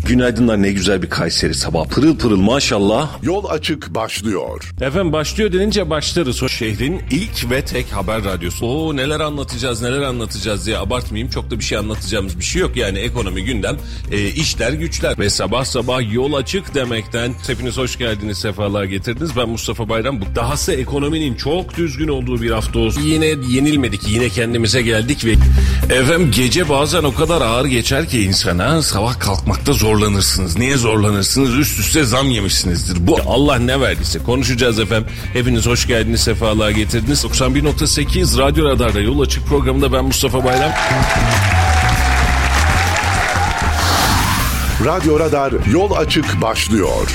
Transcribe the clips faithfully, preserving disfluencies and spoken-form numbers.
Günaydınlar, ne güzel bir Kayseri sabah. Pırıl pırıl maşallah. Yol açık başlıyor. Efendim başlıyor denince başlarız. O şehrin ilk ve tek haber radyosu. Oo neler anlatacağız neler anlatacağız diye abartmayayım. Çok da bir şey anlatacağımız bir şey yok. Yani ekonomi, gündem, e, işler güçler. Ve sabah sabah yol açık demekten hepiniz hoş geldiniz, sefalar getirdiniz. Ben Mustafa Bayram. Bu dahası ekonominin çok düzgün olduğu bir hafta olsun. Yine yenilmedik, yine kendimize geldik ve efendim gece bazen o kadar ağır geçer ki insana, sabah kalkmakta zorlanırsınız. Niye zorlanırsınız? Üst üste zam yemişsinizdir. Bu Allah ne verdiyse konuşacağız efendim. Hepiniz hoş geldiniz, sefalar getirdiniz. doksan bir nokta sekiz Radyo Radar'da Yol Açık programında ben Mustafa Bayram. Radyo Radar Yol Açık başlıyor.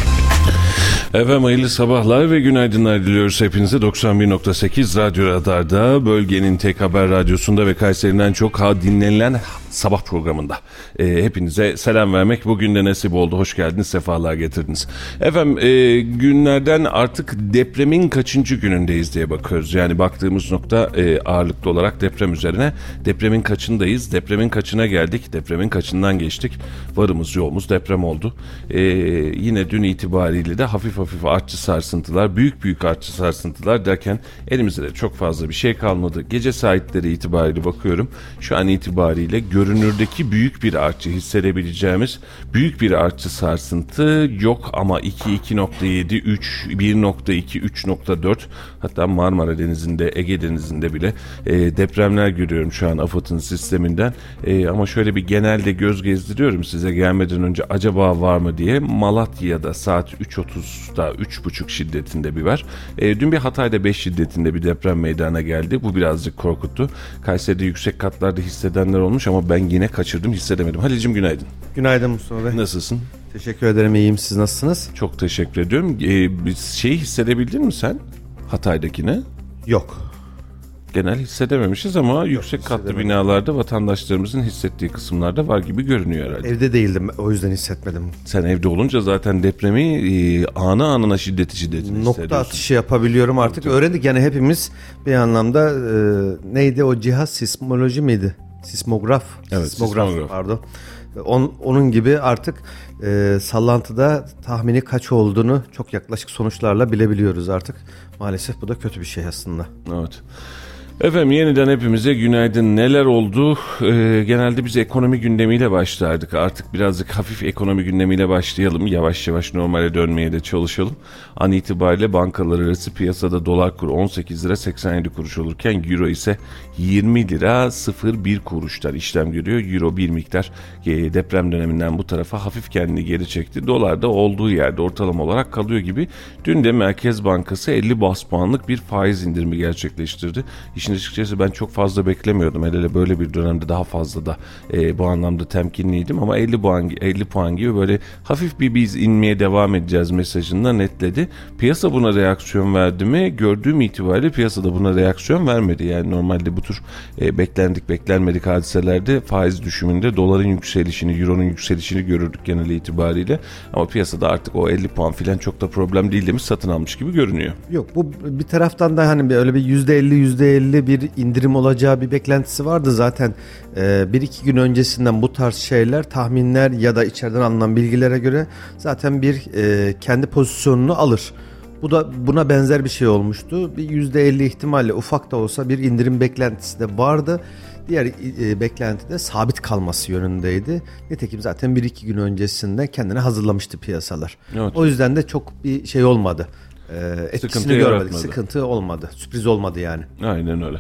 Efendim hayırlı sabahlar ve günaydınlar diliyoruz hepinize. doksan bir nokta sekiz Radyo Radar'da, bölgenin tek haber radyosunda ve Kayseri'den çok ha dinlenilen sabah programında e, hepinize selam vermek bugün de nasip oldu. Hoş geldiniz, sefalar getirdiniz. Efendim e, günlerden artık depremin kaçıncı günündeyiz diye bakıyoruz. Yani baktığımız nokta e, ağırlıklı olarak deprem üzerine. Depremin kaçındayız? Depremin kaçına geldik? Depremin kaçından geçtik? Varımız yoğumuz deprem oldu. E, yine dün itibariyle de hafif hafif artçı sarsıntılar, büyük büyük artçı sarsıntılar derken elimizde de çok fazla bir şey kalmadı. Gece saatleri itibariyle bakıyorum. Şu an itibariyle görünürdeki büyük bir artçı hissedebileceğimiz büyük bir artçı sarsıntı yok ama iki, iki nokta yedi, üç, bir nokta iki, üç nokta dört, hatta Marmara Denizi'nde, Ege Denizi'nde bile e, depremler görüyorum şu an AFAD'ın sisteminden. E, ama şöyle bir genelde göz gezdiriyorum size gelmeden önce acaba var mı diye. Malatya'da saat üç otuzda üç buçuk şiddetinde bir var. E, dün bir Hatay'da beş şiddetinde bir deprem meydana geldi. Bu birazcık korkuttu. Kayseri'de yüksek katlarda hissedenler olmuş ama ben yine kaçırdım, hissedemedim. Halil'cim günaydın. Günaydın Mustafa Bey. Nasılsın? Teşekkür ederim, iyiyim. Siz nasılsınız? Çok teşekkür ediyorum. Ee, şeyi hissedebildin mi sen? Hatay'dakine? Yok. Genel hissedememişiz ama yüksek katlı binalarda vatandaşlarımızın hissettiği kısımlarda var gibi görünüyor herhalde. Evde değildim, o yüzden hissetmedim. Sen evde olunca zaten depremi e, anı anına şiddeti şiddetini hissediyorsun. Nokta atışı yapabiliyorum artık. Tabii. Öğrendik yani hepimiz bir anlamda e, neydi o cihaz, sismoloji miydi? Sismograf. Evet, sismograf, sismograf. Pardon. On, onun gibi artık e, sallantıda tahmini kaç olduğunu çok yaklaşık sonuçlarla bilebiliyoruz artık. Maalesef bu da kötü bir şey aslında. Evet. Efendim yeniden hepimize günaydın. Neler oldu? Ee, genelde biz ekonomi gündemiyle başlardık. Artık birazcık hafif ekonomi gündemiyle başlayalım. Yavaş yavaş normale dönmeye de çalışalım. An itibariyle bankalar arası piyasada dolar kuru on sekiz lira seksen yedi kuruş olurken euro ise yirmi lira sıfır bir kuruştan işlem görüyor. Euro bir miktar e, deprem döneminden bu tarafa hafif kendini geri çekti. Dolar da olduğu yerde ortalama olarak kalıyor gibi. Dün de Merkez Bankası elli bas puanlık bir faiz indirimi gerçekleştirdi. İşin açıkçası ben çok fazla beklemiyordum. Hele hele böyle bir dönemde daha fazla da e, bu anlamda temkinliydim ama elli puan, elli puan gibi böyle hafif bir biz inmeye devam edeceğiz mesajını da netledi. Piyasa buna reaksiyon verdi mi? Gördüğüm itibariyle piyasada buna reaksiyon vermedi. Yani normalde bu tür e, beklendik beklenmedik hadiselerde faiz düşümünde doların yükselişini, euronun yükselişini görürdük genel itibariyle. Ama piyasada artık o elli puan filan çok da problem değil demiş, satın almış gibi görünüyor. Yok, bu bir taraftan da hani öyle bir yüzde elli yüzde elli bir indirim olacağı bir beklentisi vardı zaten. Ee, bir iki gün öncesinden bu tarz şeyler, tahminler ya da içeriden alınan bilgilere göre zaten bir e, kendi pozisyonunu alır. Bu da buna benzer bir şey olmuştu. Bir yüzde elli ihtimalle ufak da olsa bir indirim beklentisi de vardı. Diğer e, beklenti de sabit kalması yönündeydi. Nitekim zaten bir iki gün öncesinde kendini hazırlamıştı piyasalar. Evet. O yüzden de çok bir şey olmadı. Ee, etkisini Sıkıntı görmedik, yaratmadı. sıkıntı olmadı, sürpriz olmadı yani. Aynen öyle.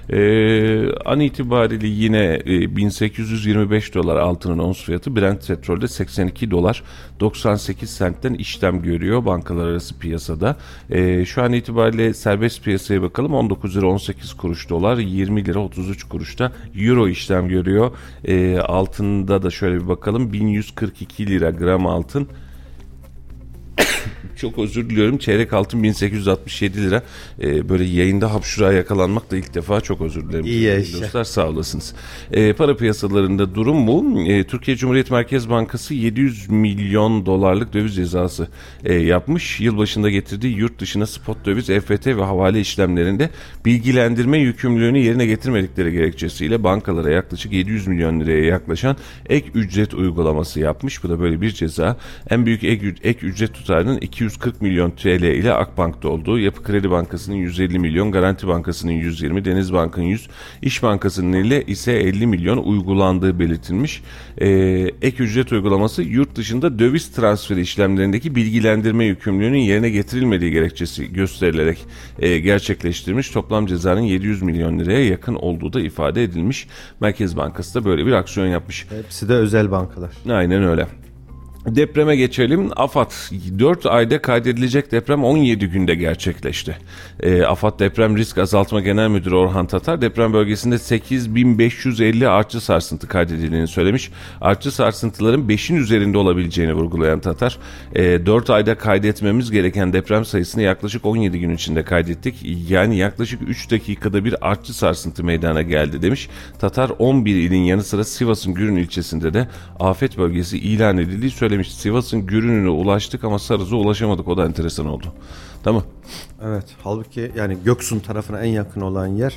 Ee, an itibariyle yine e, bin sekiz yüz yirmi beş dolar altının ons fiyatı, Brent petrolde seksen iki dolar doksan sekiz sentten işlem görüyor bankalar arası piyasada. Ee, şu an itibariyle serbest piyasaya bakalım, on dokuz lira on sekiz kuruş dolar, yirmi lira otuz üç kuruşta euro işlem görüyor. Ee, altında da şöyle bir bakalım, bin yüz kırk iki lira gram altın. Çok özür diliyorum. Çeyrek altın bin sekiz yüz altmış yedi lira. Ee, böyle yayında hapşuraya yakalanmak da ilk defa, çok özür dilerim. İyi yaşa. Dostlar sağ olasınız. Ee, para piyasalarında durum bu. Ee, Türkiye Cumhuriyet Merkez Bankası yedi yüz milyon dolarlık döviz cezası e, yapmış. Yılbaşında getirdiği yurt dışına spot döviz, E F T ve havale işlemlerinde bilgilendirme yükümlülüğünü yerine getirmedikleri gerekçesiyle bankalara yaklaşık yedi yüz milyon liraya yaklaşan ek ücret uygulaması yapmış. Bu da böyle bir ceza. En büyük ek, ek ücret tutarının iki yüz kırk milyon T L ile Akbank'ta olduğu, Yapı Kredi Bankası'nın yüz elli milyon, Garanti Bankası'nın yüz yirmi, Denizbank'ın yüz, İş Bankası'nın ile ise elli milyon uygulandığı belirtilmiş. Ee, ek ücret uygulaması yurt dışında döviz transferi işlemlerindeki bilgilendirme yükümlülüğünün yerine getirilmediği gerekçesi gösterilerek e, gerçekleştirmiş. Toplam cezanın yedi yüz milyon liraya yakın olduğu da ifade edilmiş. Merkez Bankası da böyle bir aksiyon yapmış. Hepsi de özel bankalar. Aynen öyle. Depreme geçelim. AFAD dört ayda kaydedilecek deprem on yedi günde gerçekleşti. E, AFAD Deprem Risk Azaltma Genel Müdürü Orhan Tatar deprem bölgesinde sekiz bin beş yüz elli artçı sarsıntı kaydedildiğini söylemiş. Artçı sarsıntıların beşin üzerinde olabileceğini vurgulayan Tatar, e, dört ayda kaydetmemiz gereken deprem sayısını yaklaşık on yedi gün içinde kaydettik. Yani yaklaşık üç dakikada bir artçı sarsıntı meydana geldi demiş. Tatar on bir ilin yanı sıra Sivas'ın Gürün ilçesinde de afet bölgesi ilan edildiği söylemiş. Sivas'ın Gürün'üne ulaştık ama Sarız'a ulaşamadık. O da enteresan oldu. Tamam. Evet. Halbuki yani Göksun tarafına en yakın olan yer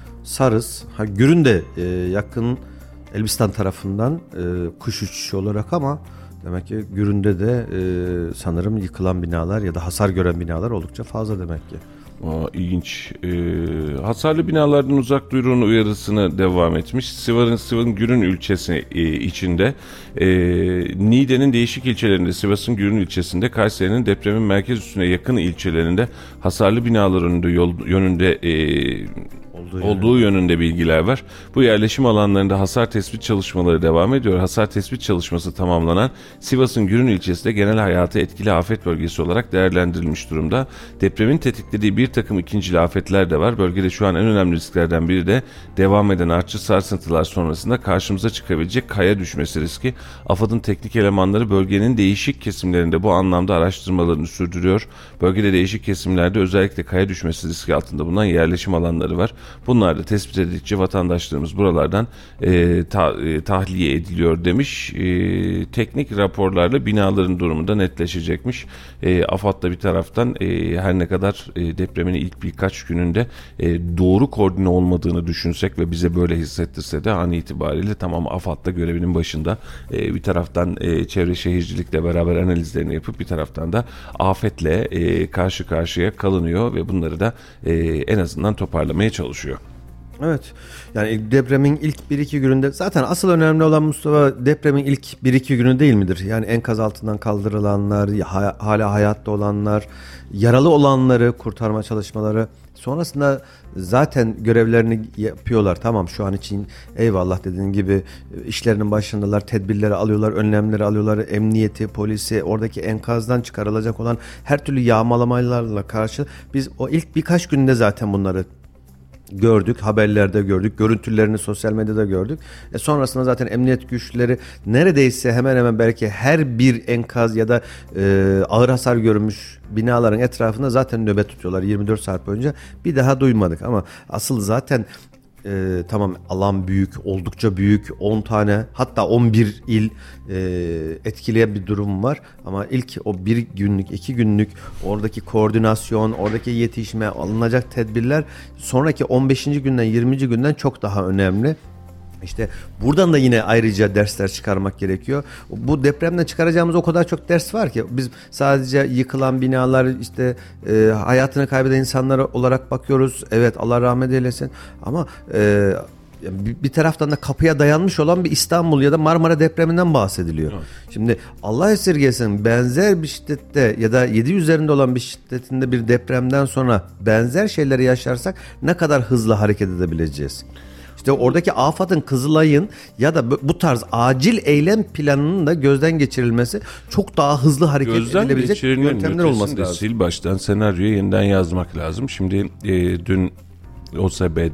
Sarız. Ha, Gürün de e, yakın Elbistan tarafından e, kuş uçuşu olarak, ama demek ki Gürün'de de e, sanırım yıkılan binalar ya da hasar gören binalar oldukça fazla demek ki. Aa, ilginç. Ee, hasarlı binalardan uzak durun uyarısını devam etmiş. Sivas'ın Sivas'ın Gürün ilçesi e, içinde, e, Niğde'nin değişik ilçelerinde, Sivas'ın Gürün ilçesinde, Kayseri'nin depremin merkez üstüne yakın ilçelerinde hasarlı binalar önünde yol, yönünde e, olduğu, olduğu yönünde bilgiler var. Bu yerleşim alanlarında hasar tespit çalışmaları devam ediyor. Hasar tespit çalışması tamamlanan Sivas'ın Gürün ilçesi de genel hayatı etkili afet bölgesi olarak değerlendirilmiş durumda. Depremin tetiklediği bir takım ikincil afetler de var. Bölgede şu an en önemli risklerden biri de devam eden artçı sarsıntılar sonrasında karşımıza çıkabilecek kaya düşmesi riski. AFAD'ın teknik elemanları bölgenin değişik kesimlerinde bu anlamda araştırmalarını sürdürüyor. Bölgede değişik kesimlerde özellikle kaya düşmesi riski altında bulunan yerleşim alanları var. Bunlar da tespit edildikçe vatandaşlarımız buralardan e, ta, e, tahliye ediliyor demiş. E, teknik raporlarla binaların durumu da netleşecekmiş. E, AFAD da bir taraftan e, her ne kadar e, depremin ilk birkaç gününde e, doğru koordine olmadığını düşünsek ve bize böyle hissettirse de an itibariyle tamam, AFAD da görevinin başında e, bir taraftan e, çevre şehircilikle beraber analizlerini yapıp bir taraftan da afetle e, karşı karşıya kalınıyor ve bunları da e, en azından toparlamaya çalışıyor. Evet. Yani depremin ilk bir iki gününde zaten asıl önemli olan, Mustafa, depremin ilk bir iki günü değil midir? Yani enkaz altından kaldırılanlar, hala hayatta olanlar, yaralı olanları kurtarma çalışmaları. Sonrasında zaten görevlerini yapıyorlar. Tamam, şu an için eyvallah, dediğin gibi işlerinin başındalar, tedbirleri alıyorlar, önlemleri alıyorlar. Emniyeti, polisi, oradaki enkazdan çıkarılacak olan her türlü yağmalamalarla karşı biz o ilk birkaç günde zaten bunları gördük, haberlerde gördük, görüntülerini sosyal medyada gördük. E sonrasında zaten emniyet güçleri neredeyse hemen hemen belki her bir enkaz ya da e, ağır hasar görmüş binaların etrafında zaten nöbet tutuyorlar yirmi dört saat boyunca. Bir daha duymadık ama asıl zaten Ee, tamam, alan büyük, oldukça büyük, on tane hatta on bir il e, etkileyen bir durum var ama ilk o bir günlük, iki günlük oradaki koordinasyon, oradaki yetişme, alınacak tedbirler sonraki on beşinci günden yirminci günden çok daha önemli. İşte buradan da yine ayrıca dersler çıkarmak gerekiyor. Bu depremden çıkaracağımız o kadar çok ders var ki biz sadece yıkılan binalar, işte e, hayatını kaybeden insanlar olarak bakıyoruz. Evet, Allah rahmet eylesin ama e, bir taraftan da kapıya dayanmış olan bir İstanbul ya da Marmara depreminden bahsediliyor. Evet. Şimdi Allah esirgesin, benzer bir şiddette ya da yedi üzerinde olan bir şiddetinde bir depremden sonra benzer şeyleri yaşarsak ne kadar hızlı hareket edebileceğiz? İşte oradaki AFAD'ın, Kızılay'ın ya da bu tarz acil eylem planının da gözden geçirilmesi, çok daha hızlı hareket gözden edilebilecek yöntemler olması lazım. Sil baştan senaryoyu yeniden yazmak lazım. Şimdi e, dün O S B'de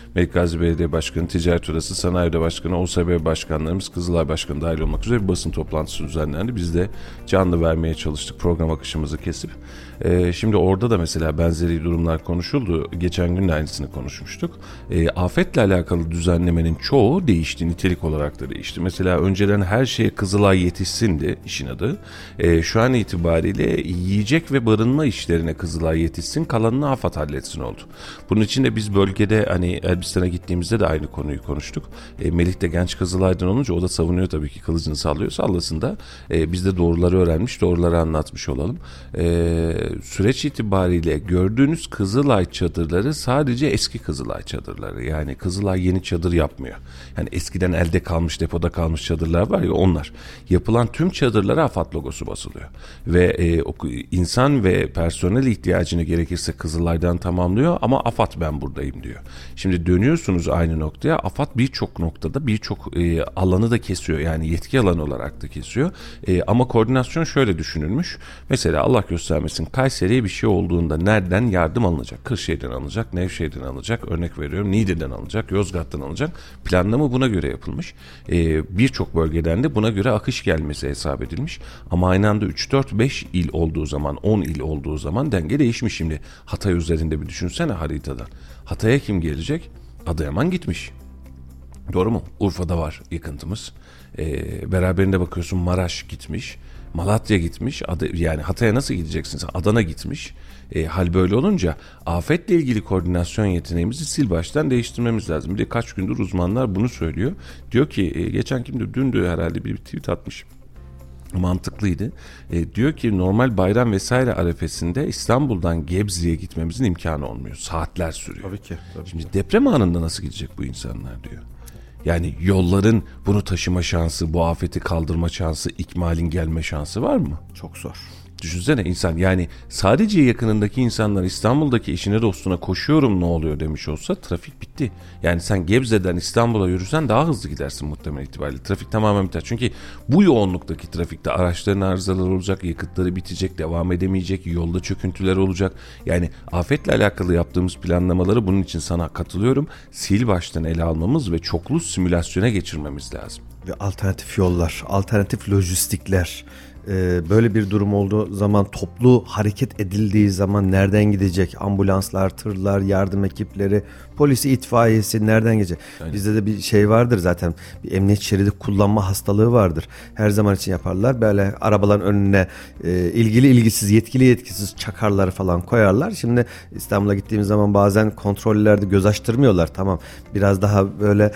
Melik Gazi Belediye Başkanı, Ticaret Odası, Sanayi Oda Başkanı, O S B Başkanlarımız, Kızılay Başkanı dahil olmak üzere bir basın toplantısı düzenlendi. Biz de canlı vermeye çalıştık program akışımızı kesip. Ee, şimdi orada da mesela benzeri durumlar konuşuldu. Geçen gün de aynısını konuşmuştuk. Ee, afetle alakalı düzenlemenin çoğu değişti. Nitelik olarak da değişti. Mesela önceden her şeye Kızılay yetişsindi işin adı. Ee, şu an itibariyle yiyecek ve barınma işlerine Kızılay yetişsin, kalanını AFAD halletsin oldu. Bunun için de biz bölgede hani Elbistan'a gittiğimizde de aynı konuyu konuştuk. Ee, Melih de genç Kızılay'dan olunca o da savunuyor tabii ki, kılıcını sallıyor. Sallasın da ee, biz de doğruları öğrenmiş, doğruları anlatmış olalım. Ee, süreç itibariyle gördüğünüz Kızılay çadırları sadece eski Kızılay çadırları. Yani Kızılay yeni çadır yapmıyor. Yani eskiden elde kalmış, depoda kalmış çadırlar var ya, onlar. Yapılan tüm çadırlara AFAD logosu basılıyor. Ve e, o, insan ve personel ihtiyacını gerekirse Kızılay'dan tamamlıyor ama AFAD ben buradayım diyor. Şimdi dönüyorsunuz aynı noktaya. AFAD birçok noktada birçok e, alanı da kesiyor. Yani yetki alanı olarak da kesiyor. E, ama koordinasyon şöyle düşünülmüş. Mesela Allah göstermesin, Kayseri'ye bir şey olduğunda nereden yardım alınacak? Kırşehir'den alınacak, Nevşehir'den alınacak, örnek veriyorum Niğde'den alınacak, Yozgat'tan alınacak. Planlama buna göre yapılmış. Ee, birçok bölgeden de buna göre akış gelmesi hesap edilmiş. Ama aynı anda üç dört beş il olduğu zaman, on il olduğu zaman denge değişmiş. Şimdi Hatay üzerinde bir düşünsene haritadan. Hatay'a kim gelecek? Adıyaman gitmiş. Doğru mu? Urfa'da var yıkıntımız. Ee, beraberinde bakıyorsun Maraş gitmiş. Malatya gitmiş. Adı, yani Hatay'a nasıl gideceksin sen? Adana gitmiş. E, hal böyle olunca afetle ilgili koordinasyon yeteneğimizi sil baştan değiştirmemiz lazım. Bir de kaç gündür uzmanlar bunu söylüyor. Diyor ki e, geçen kimdi? Dündü herhalde bir tweet atmış. Mantıklıydı. E, diyor ki normal bayram vesaire arefesinde İstanbul'dan Gebze'ye gitmemizin imkanı olmuyor. Saatler sürüyor. Tabii ki. Tabii Şimdi ki. deprem anında nasıl gidecek bu insanlar diyor. Yani yolların bunu taşıma şansı, bu afeti kaldırma şansı, ikmalin gelme şansı var mı? Çok zor. Düşünsene insan, yani sadece yakınındaki insanlar İstanbul'daki eşine dostuna koşuyorum ne oluyor demiş olsa trafik bitti. Yani sen Gebze'den İstanbul'a yürüsen daha hızlı gidersin muhtemel itibariyle. Trafik tamamen biter. Çünkü bu yoğunluktaki trafikte araçların arızaları olacak, yakıtları bitecek, devam edemeyecek, yolda çöküntüler olacak. Yani afetle alakalı yaptığımız planlamaları, bunun için sana katılıyorum, sil baştan ele almamız ve çoklu simülasyona geçirmemiz lazım. Ve alternatif yollar, alternatif lojistikler. Böyle bir durum olduğu zaman, toplu hareket edildiği zaman nereden gidecek? Ambulanslar, tırlar, yardım ekipleri, polisi, itfaiyesi nereden gidecek? Aynen. Bizde de bir şey vardır zaten, bir emniyet şeridi kullanma hastalığı vardır. Her zaman için yaparlar. Böyle arabaların önüne e, ilgili ilgisiz, yetkili yetkisiz çakarları falan koyarlar. Şimdi İstanbul'a gittiğimiz zaman bazen kontrollerde göz açtırmıyorlar. Tamam, biraz daha böyle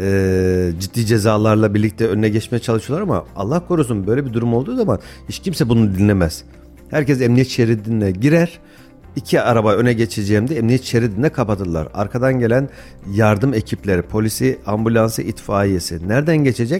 e, ciddi cezalarla birlikte önüne geçmeye çalışıyorlar ama Allah korusun böyle bir durum olduğu zaman hiç kimse bunu dinlemez. Herkes emniyet şeridine girer. İki araba öne geçeceğimde emniyet şeridine kapatırlar. Arkadan gelen yardım ekipleri, polisi, ambulansı, itfaiyesi nereden geçecek?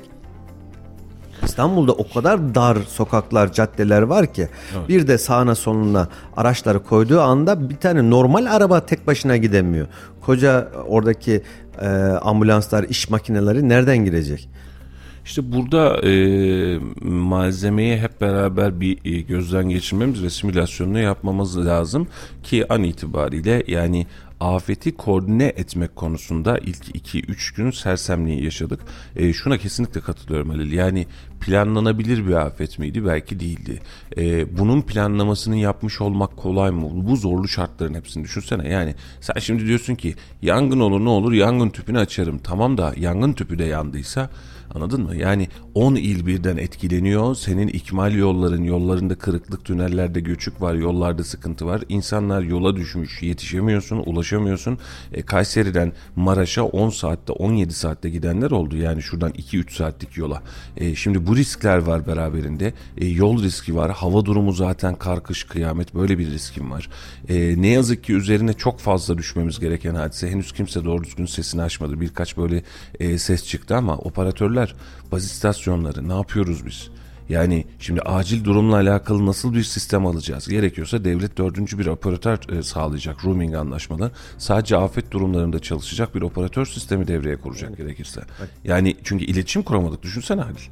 İstanbul'da o kadar dar sokaklar, caddeler var ki, evet. Bir de sağına soluna araçları koyduğu anda bir tane normal araba tek başına gidemiyor. Koca oradaki e, ambulanslar, iş makineleri nereden girecek? İşte burada e, malzemeyi hep beraber bir e, gözden geçirmemiz ve simülasyonunu yapmamız lazım ki an itibariyle, yani afeti koordine etmek konusunda ilk iki üç gün sersemliği yaşadık. E, şuna kesinlikle katılıyorum Halil. Yani planlanabilir bir afet miydi? Belki değildi. E, bunun planlamasını yapmış olmak kolay mı? Bu zorlu şartların hepsini düşünsene. Yani sen şimdi diyorsun ki yangın olur ne olur, yangın tüpünü açarım. Tamam da yangın tüpü de yandıysa, anladın mı? Yani on il birden etkileniyor. Senin ikmal yolların, yollarında kırıklık, tünellerde göçük var, yollarda sıkıntı var. İnsanlar yola düşmüş, yetişemiyorsun, ulaşamıyorsun. E, Kayseri'den Maraş'a on saatte, on yedi saatte gidenler oldu. Yani şuradan iki üç saatlik yola. E, şimdi bu riskler var beraberinde. E, yol riski var. Hava durumu zaten kar, kış, kıyamet, böyle bir riskim var. E, ne yazık ki üzerine çok fazla düşmemiz gereken hadise. Henüz kimse doğru düzgün sesini açmadı. Birkaç böyle e, ses çıktı ama operatörler, baz istasyonları, ne yapıyoruz biz? Yani şimdi acil durumla alakalı nasıl bir sistem alacağız? Gerekiyorsa devlet dördüncü bir operatör e, sağlayacak, roaming anlaşmalı. Sadece afet durumlarında çalışacak bir operatör sistemi devreye kuracak gerekirse. Yani çünkü iletişim kuramadık. Düşünsene Halil.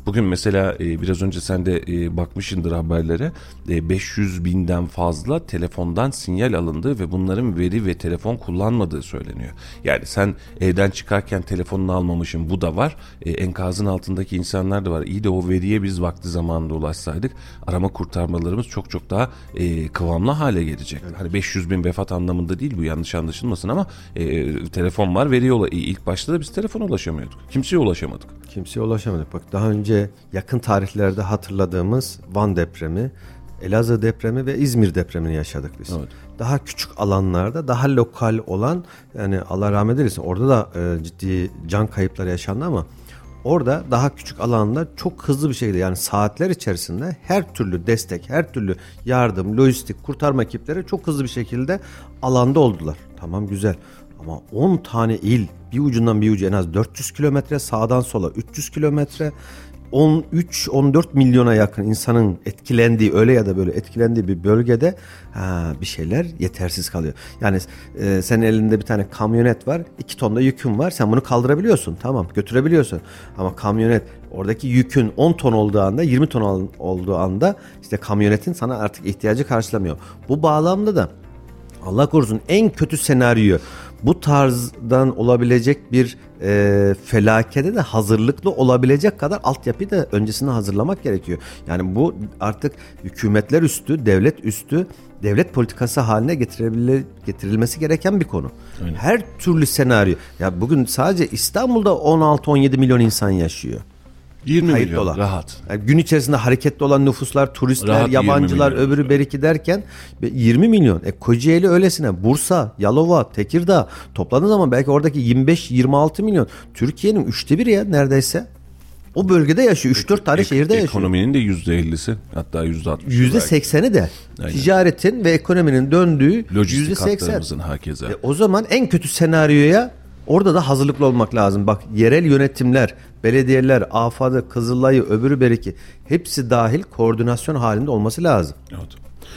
Bugün mesela e, biraz önce sen de e, bakmışsındır haberlere, e, beş yüz binden fazla telefondan sinyal alındığı ve bunların veri ve telefon kullanmadığı söyleniyor. Yani sen evden çıkarken telefonunu almamışsın, bu da var. E, enkazın altındaki insanlar da var. İyi de o veriye biz vakti zamanında ulaşsaydık arama kurtarmalarımız çok çok daha e, kıvamlı hale gelecek. Evet. Hani beş yüz bin vefat anlamında değil bu, yanlış anlaşılmasın ama e, telefon var, veriye ula- ilk başta da biz telefona ulaşamıyorduk. Kimseye ulaşamadık. Kimseye ulaşamadık. Bak daha önce yakın tarihlerde hatırladığımız Van depremi, Elazığ depremi ve İzmir depremini yaşadık biz. Evet. Daha küçük alanlarda, daha lokal olan, yani Allah rahmet eylesin, orada da e, ciddi can kayıpları yaşandı ama orada daha küçük alanda çok hızlı bir şekilde, yani saatler içerisinde her türlü destek, her türlü yardım, lojistik, kurtarma ekipleri çok hızlı bir şekilde alanda oldular. Tamam, güzel. Ama on tane il, bir ucundan bir ucu en az dört yüz kilometre, sağdan sola üç yüz kilometre, on üç on dört milyona yakın insanın etkilendiği, öyle ya da böyle etkilendiği bir bölgede ha, bir şeyler yetersiz kalıyor. Yani e, senin elinde bir tane kamyonet var, iki tonda yükün var, sen bunu kaldırabiliyorsun, tamam, götürebiliyorsun. Ama kamyonet, oradaki yükün on ton olduğu anda, yirmi ton olduğu anda işte kamyonetin sana artık ihtiyacı karşılamıyor. Bu bağlamda da Allah korusun en kötü senaryo, bu tarzdan olabilecek bir e, felakete de hazırlıklı olabilecek kadar altyapıyı da öncesinde hazırlamak gerekiyor. Yani bu artık hükümetler üstü, devlet üstü, devlet politikası haline getirilmesi gereken bir konu. Aynen. Her türlü senaryo. Ya bugün sadece İstanbul'da on altı on yedi milyon insan yaşıyor. yirmi milyon olan. Rahat. Yani gün içerisinde hareketli olan nüfuslar, turistler, rahat yabancılar, öbürü beriki derken yirmi milyon. E Kocaeli öylesine, Bursa, Yalova, Tekirdağ topladığın zaman belki oradaki yirmi beş yirmi altı milyon. Türkiye'nin üçte biri ya neredeyse. O bölgede yaşıyor. üç dört tane ek, şehirde yaşıyor. Ekonominin de yüzde ellisi, hatta yüzde altmışı. yüzde sekseni de aynen. Ticaretin ve ekonominin döndüğü yüzde seksen. Hakeza. E o zaman en kötü senaryoya orada da hazırlıklı olmak lazım. Bak, yerel yönetimler, belediyeler, AFAD'ı, Kızılay'ı, öbürü beriki hepsi dahil koordinasyon halinde olması lazım. Evet.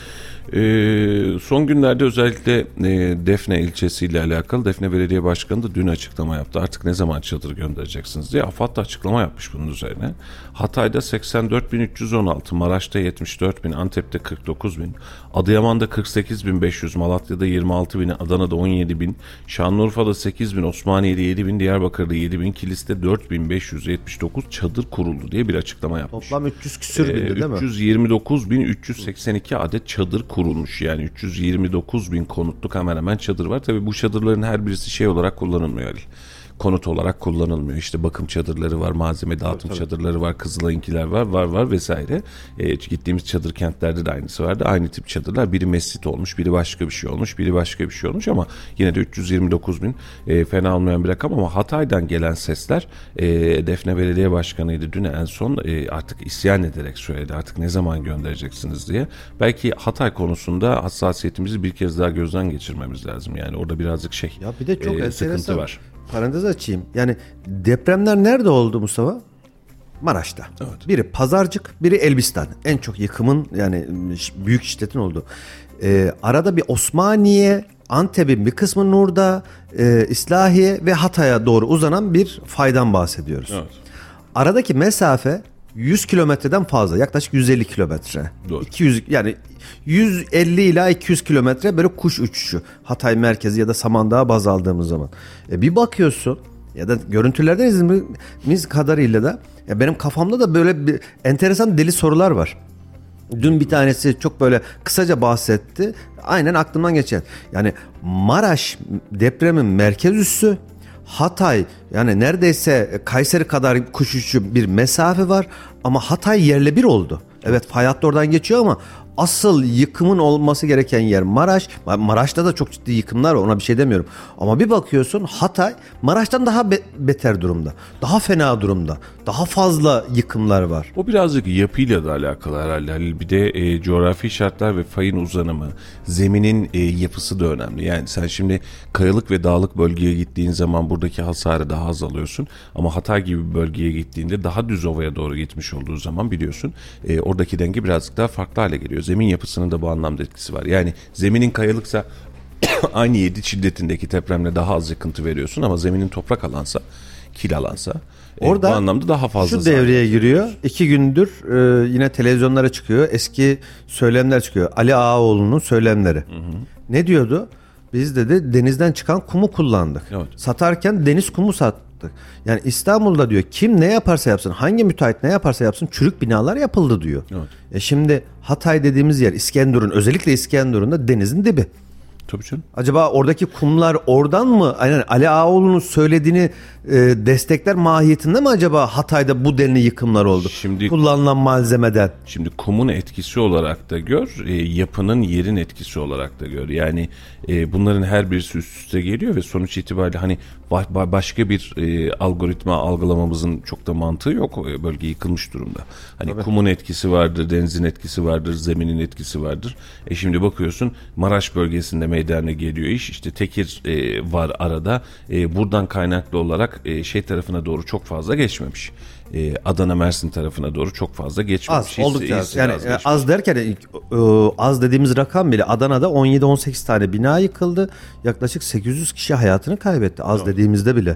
Ee, son günlerde özellikle e, Defne ilçesiyle alakalı Defne Belediye Başkanı da dün açıklama yaptı. Artık ne zaman çadır göndereceksiniz diye. AFAD da açıklama yapmış bunun üzerine. Hatay'da seksen dört bin üç yüz on altı, Maraş'ta yetmiş dört bin, Antep'te kırk dokuz bin, Adıyaman'da kırk sekiz bin beş yüz, Malatya'da yirmi altı bin, Adana'da on yedi bin, Şanlıurfa'da sekiz bin, Osmaniye'de yedi bin, Diyarbakır'da yedi bin, Kilis'te dört bin beş yüz yetmiş dokuz çadır kuruldu diye bir açıklama yapmış. Toplam üç yüz küsür bindi ee, değil mi? üç yüz yirmi dokuz bin üç yüz seksen iki adet çadır kurulmuş. Yani üç yüz yirmi dokuz bin konutluk hemen hemen çadır var. Tabii bu çadırların her birisi şey olarak kullanılmıyor Ali. Konut olarak kullanılmıyor. İşte bakım çadırları var, malzeme dağıtım tabii, çadırları var, Kızılay'ınkiler var, var var vesaire. E, gittiğimiz çadır kentlerde de aynısı vardı. Aynı tip çadırlar. Biri mescit olmuş, biri başka bir şey olmuş, biri başka bir şey olmuş ama yine de üç yüz yirmi dokuz bin e, fena olmayan bir rakam ama Hatay'dan gelen sesler e, Defne Belediye Başkanı'ydı dün en son e, artık isyan ederek söyledi. Artık ne zaman göndereceksiniz diye. Belki Hatay konusunda hassasiyetimizi bir kez daha gözden geçirmemiz lazım. Yani orada birazcık şey ya bir de çok e, sıkıntı var. Parantez açayım. Yani depremler nerede oldu Mustafa? Maraş'ta. Evet. Biri Pazarcık, biri Elbistan. En çok yıkımın, yani büyük şiddetin olduğu. Ee, arada bir Osmaniye, Antep'in bir kısmı Nur'da, e, İslahiye ve Hatay'a doğru uzanan bir faydan bahsediyoruz. Evet. Aradaki mesafe yüz kilometreden fazla, yaklaşık yüz elli kilometre. Doğru. iki yüz, yani yüz elli ila iki yüz kilometre böyle kuş uçuşu. Hatay merkezi ya da Samandağ'a baz aldığımız zaman. E bir bakıyorsun ya da görüntülerden izlediğimiz kadarıyla da ya benim kafamda da böyle bir enteresan deli sorular var. Dün bir tanesi çok böyle kısaca bahsetti. Aynen aklımdan geçen. Yani Maraş depremin merkez üssü, Hatay, yani neredeyse Kayseri kadar kuş uçuşu bir mesafe var ama Hatay yerle bir oldu. Evet, fay hattı oradan geçiyor ama asıl yıkımın olması gereken yer Maraş. Maraş'ta da çok ciddi yıkımlar var, ona bir şey demiyorum. Ama bir bakıyorsun Hatay Maraş'tan daha be- beter durumda. Daha fena durumda. Daha fazla yıkımlar var. O birazcık yapıyla da alakalı herhalde. Bir de e, coğrafi şartlar ve fayın uzanımı, zeminin e, yapısı da önemli. Yani sen şimdi kayalık ve dağlık bölgeye gittiğin zaman buradaki hasarı daha az alıyorsun. Ama Hatay gibi bir bölgeye gittiğinde daha düz ovaya doğru gitmiş olduğu zaman biliyorsun e, oradaki denge birazcık daha farklı hale geliyor. Zemin yapısının da bu anlamda etkisi var. Yani zeminin kayalıksa aynı yedi şiddetindeki depremle daha az yıkıntı veriyorsun ama zeminin toprak alansa kiralansa Orada e, bu anlamda daha fazla şu devreye giriyor. İki gündür e, yine televizyonlara çıkıyor. Eski söylemler çıkıyor. Ali Ağaoğlu'nun söylemleri. Hı hı. Ne diyordu? Biz dedi denizden çıkan kumu kullandık. Evet. Satarken deniz kumu sattık. Yani İstanbul'da diyor kim ne yaparsa yapsın, hangi müteahhit ne yaparsa yapsın çürük binalar yapıldı diyor. Evet. E şimdi Hatay dediğimiz yer İskenderun, özellikle İskenderun'da denizin dibi. Tabii canım. Acaba oradaki kumlar oradan mı? Aynen Ali Ağaoğlu'nun söylediğini e, destekler mahiyetinde mi acaba Hatay'da bu denli yıkımlar oldu? Şimdi, kullanılan malzemeden. Şimdi kumun etkisi olarak da gör, e, yapının yerin etkisi olarak da gör. Yani e, bunların her birisi üst üste geliyor ve sonuç itibariyle hani ba- başka bir e, algoritma algılamamızın çok da mantığı yok. E, bölge yıkılmış durumda. Hani Tabii. kumun etkisi vardır, denizin etkisi vardır, zeminin etkisi vardır. E şimdi bakıyorsun Maraş bölgesinde meydana geliyor iş. İşte Tekir e, var arada. E, buradan kaynaklı olarak e, şey tarafına doğru çok fazla geçmemiş. E, Adana Mersin tarafına doğru çok fazla geçmemiş. Az, oldukça az. Yani az, az derken e, az dediğimiz rakam bile Adana'da on yedi on sekiz tane bina yıkıldı. Yaklaşık sekiz yüz kişi hayatını kaybetti. Az evet. dediğimizde bile.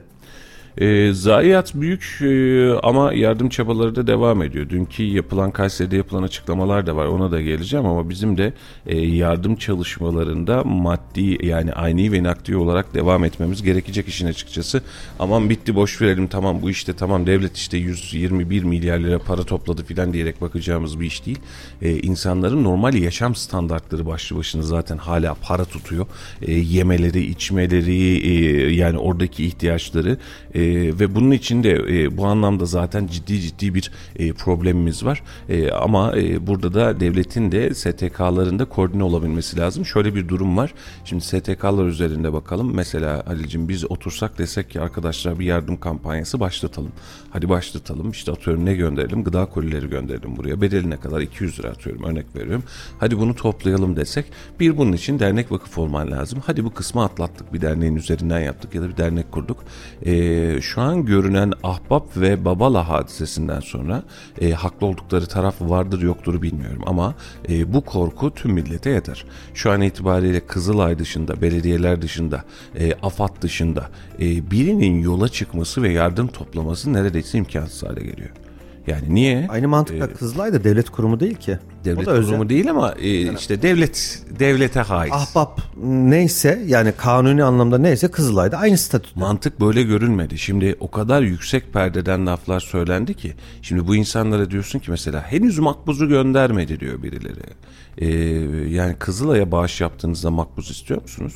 E, zayiat büyük e, ama yardım çabaları da devam ediyor. Dünkü yapılan Kayseri'de yapılan açıklamalar da var. Ona da geleceğim ama bizim de e, yardım çalışmalarında maddi yani ayni ve nakdi olarak devam etmemiz gerekecek işin açıkçası. Aman bitti boş verelim tamam bu işte tamam devlet işte yüz yirmi bir milyar lira para topladı filan diyerek bakacağımız bir iş değil. E, insanların normal yaşam standartları başlı başına zaten hala para tutuyor. E, yemeleri, içmeleri e, yani oradaki ihtiyaçları e, ve bunun için de e, bu anlamda zaten ciddi ciddi bir e, problemimiz var. E, ama e, burada da devletin de S T K'larında koordine olabilmesi lazım. Şöyle bir durum var. Şimdi S T K'lar üzerinde bakalım. Mesela Halil'cim biz otursak desek ki arkadaşlar bir yardım kampanyası başlatalım. Hadi başlatalım. İşte atıyorum ne gönderelim? Gıda kolileri gönderelim buraya. Bedeline kadar iki yüz lira atıyorum. Örnek veriyorum. Hadi bunu toplayalım desek. Bir bunun için dernek vakıf olman lazım. Hadi bu kısmı atlattık. Bir derneğin üzerinden yaptık ya da bir dernek kurduk. Eee Şu an görünen Ahbap ve Babala hadisesinden sonra e, haklı oldukları taraf vardır yoktur bilmiyorum ama e, bu korku tüm millete yeter. Şu an itibariyle Kızılay dışında, belediyeler dışında, e, AFAD dışında e, birinin yola çıkması ve yardım toplaması neredeyse imkansız hale geliyor. Yani niye? Aynı mantıkla ee, Kızılay da devlet kurumu değil ki. Devlet kurumu özel. Değil ama e, yani, işte devlet devlete haiz. Ahbap neyse yani kanuni anlamda neyse Kızılay da aynı statüde. Mantık böyle görünmedi. Şimdi o kadar yüksek perdeden laflar söylendi ki. Şimdi bu insanlara diyorsun ki mesela henüz makbuzu göndermedi diyor birileri. Ee, yani Kızılay'a bağış yaptığınızda makbuz istiyor musunuz?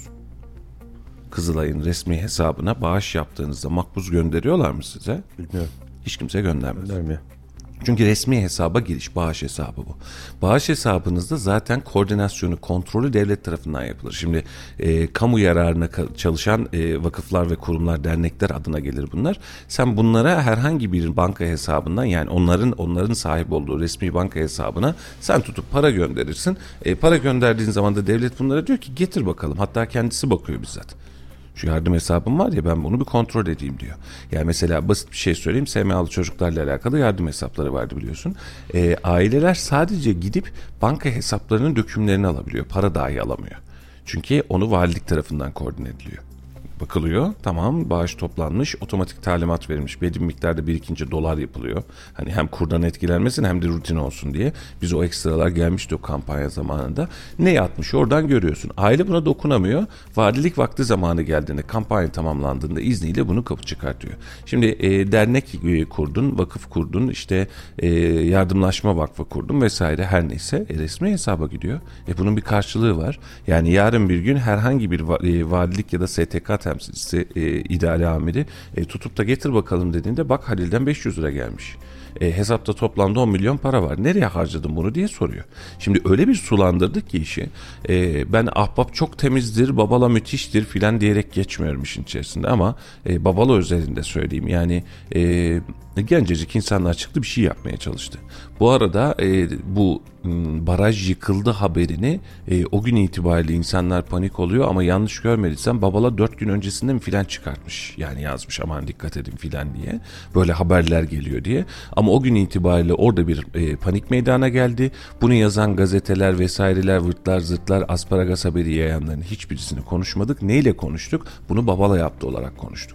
Kızılay'ın resmi hesabına bağış yaptığınızda makbuz gönderiyorlar mı size? Bilmiyorum. Hiç kimse göndermez. Göndermiyor. Çünkü resmi hesaba giriş, bağış hesabı bu. Bağış hesabınızda zaten koordinasyonu, kontrolü devlet tarafından yapılır. Şimdi e, kamu yararına çalışan e, vakıflar ve kurumlar, dernekler adına gelir bunlar. Sen bunlara herhangi bir banka hesabından yani onların onların sahip olduğu resmi banka hesabına sen tutup para gönderirsin. E, para gönderdiğin zaman da devlet bunlara diyor ki getir bakalım. Hatta kendisi bakıyor bizzat. Şu yardım hesabım var ya ben bunu bir kontrol edeyim diyor. Yani mesela basit bir şey söyleyeyim. S M A'lı çocuklarla alakalı yardım hesapları vardı biliyorsun. E, aileler sadece gidip banka hesaplarının dökümlerini alabiliyor. Para dahi alamıyor. Çünkü onu valilik tarafından koordine ediliyor. Bakılıyor. Tamam bağış toplanmış. Otomatik talimat verilmiş. Belli bir miktarda birikince dolar yapılıyor. Hani hem kurdan etkilenmesin hem de rutin olsun diye. Biz o ekstralar gelmişti o kampanya zamanında. Ne yatmış oradan görüyorsun. Aile buna dokunamıyor. Valilik vakti zamanı geldiğinde kampanya tamamlandığında izniyle bunu kapı çıkartıyor. Şimdi e, dernek e, kurdun, vakıf kurdun, işte e, yardımlaşma vakfı kurdun vesaire her neyse e, resmi hesaba gidiyor. E, bunun bir karşılığı var. Yani yarın bir gün herhangi bir va- e, valilik ya da S T K temsilcisi, e, idare amiri e, tutup da getir bakalım dediğinde bak Halil'den beş yüz lira gelmiş. E, hesapta toplamda on milyon para var. Nereye harcadın bunu diye soruyor. Şimdi öyle bir sulandırdık ki işi. E, ben Ahbap çok temizdir, Babala müthiştir filan diyerek geçmiyorum işin içerisinde ama e, Babala özelinde söyleyeyim. Yani e, gencecik insanlar çıktı bir şey yapmaya çalıştı. Bu arada e, bu m, baraj yıkıldı haberini e, o gün itibariyle insanlar panik oluyor ama yanlış görmediysem Babala dört gün öncesinde mi filan çıkartmış. Yani yazmış aman dikkat edin filan diye. Böyle haberler geliyor diye. Ama o gün itibariyle orada bir e, panik meydana geldi. Bunu yazan gazeteler vesaireler, vırtlar zırtlar, asparagas haberi yayanların hiçbirisini konuşmadık. Neyle konuştuk? Bunu Babala yaptı olarak konuştuk.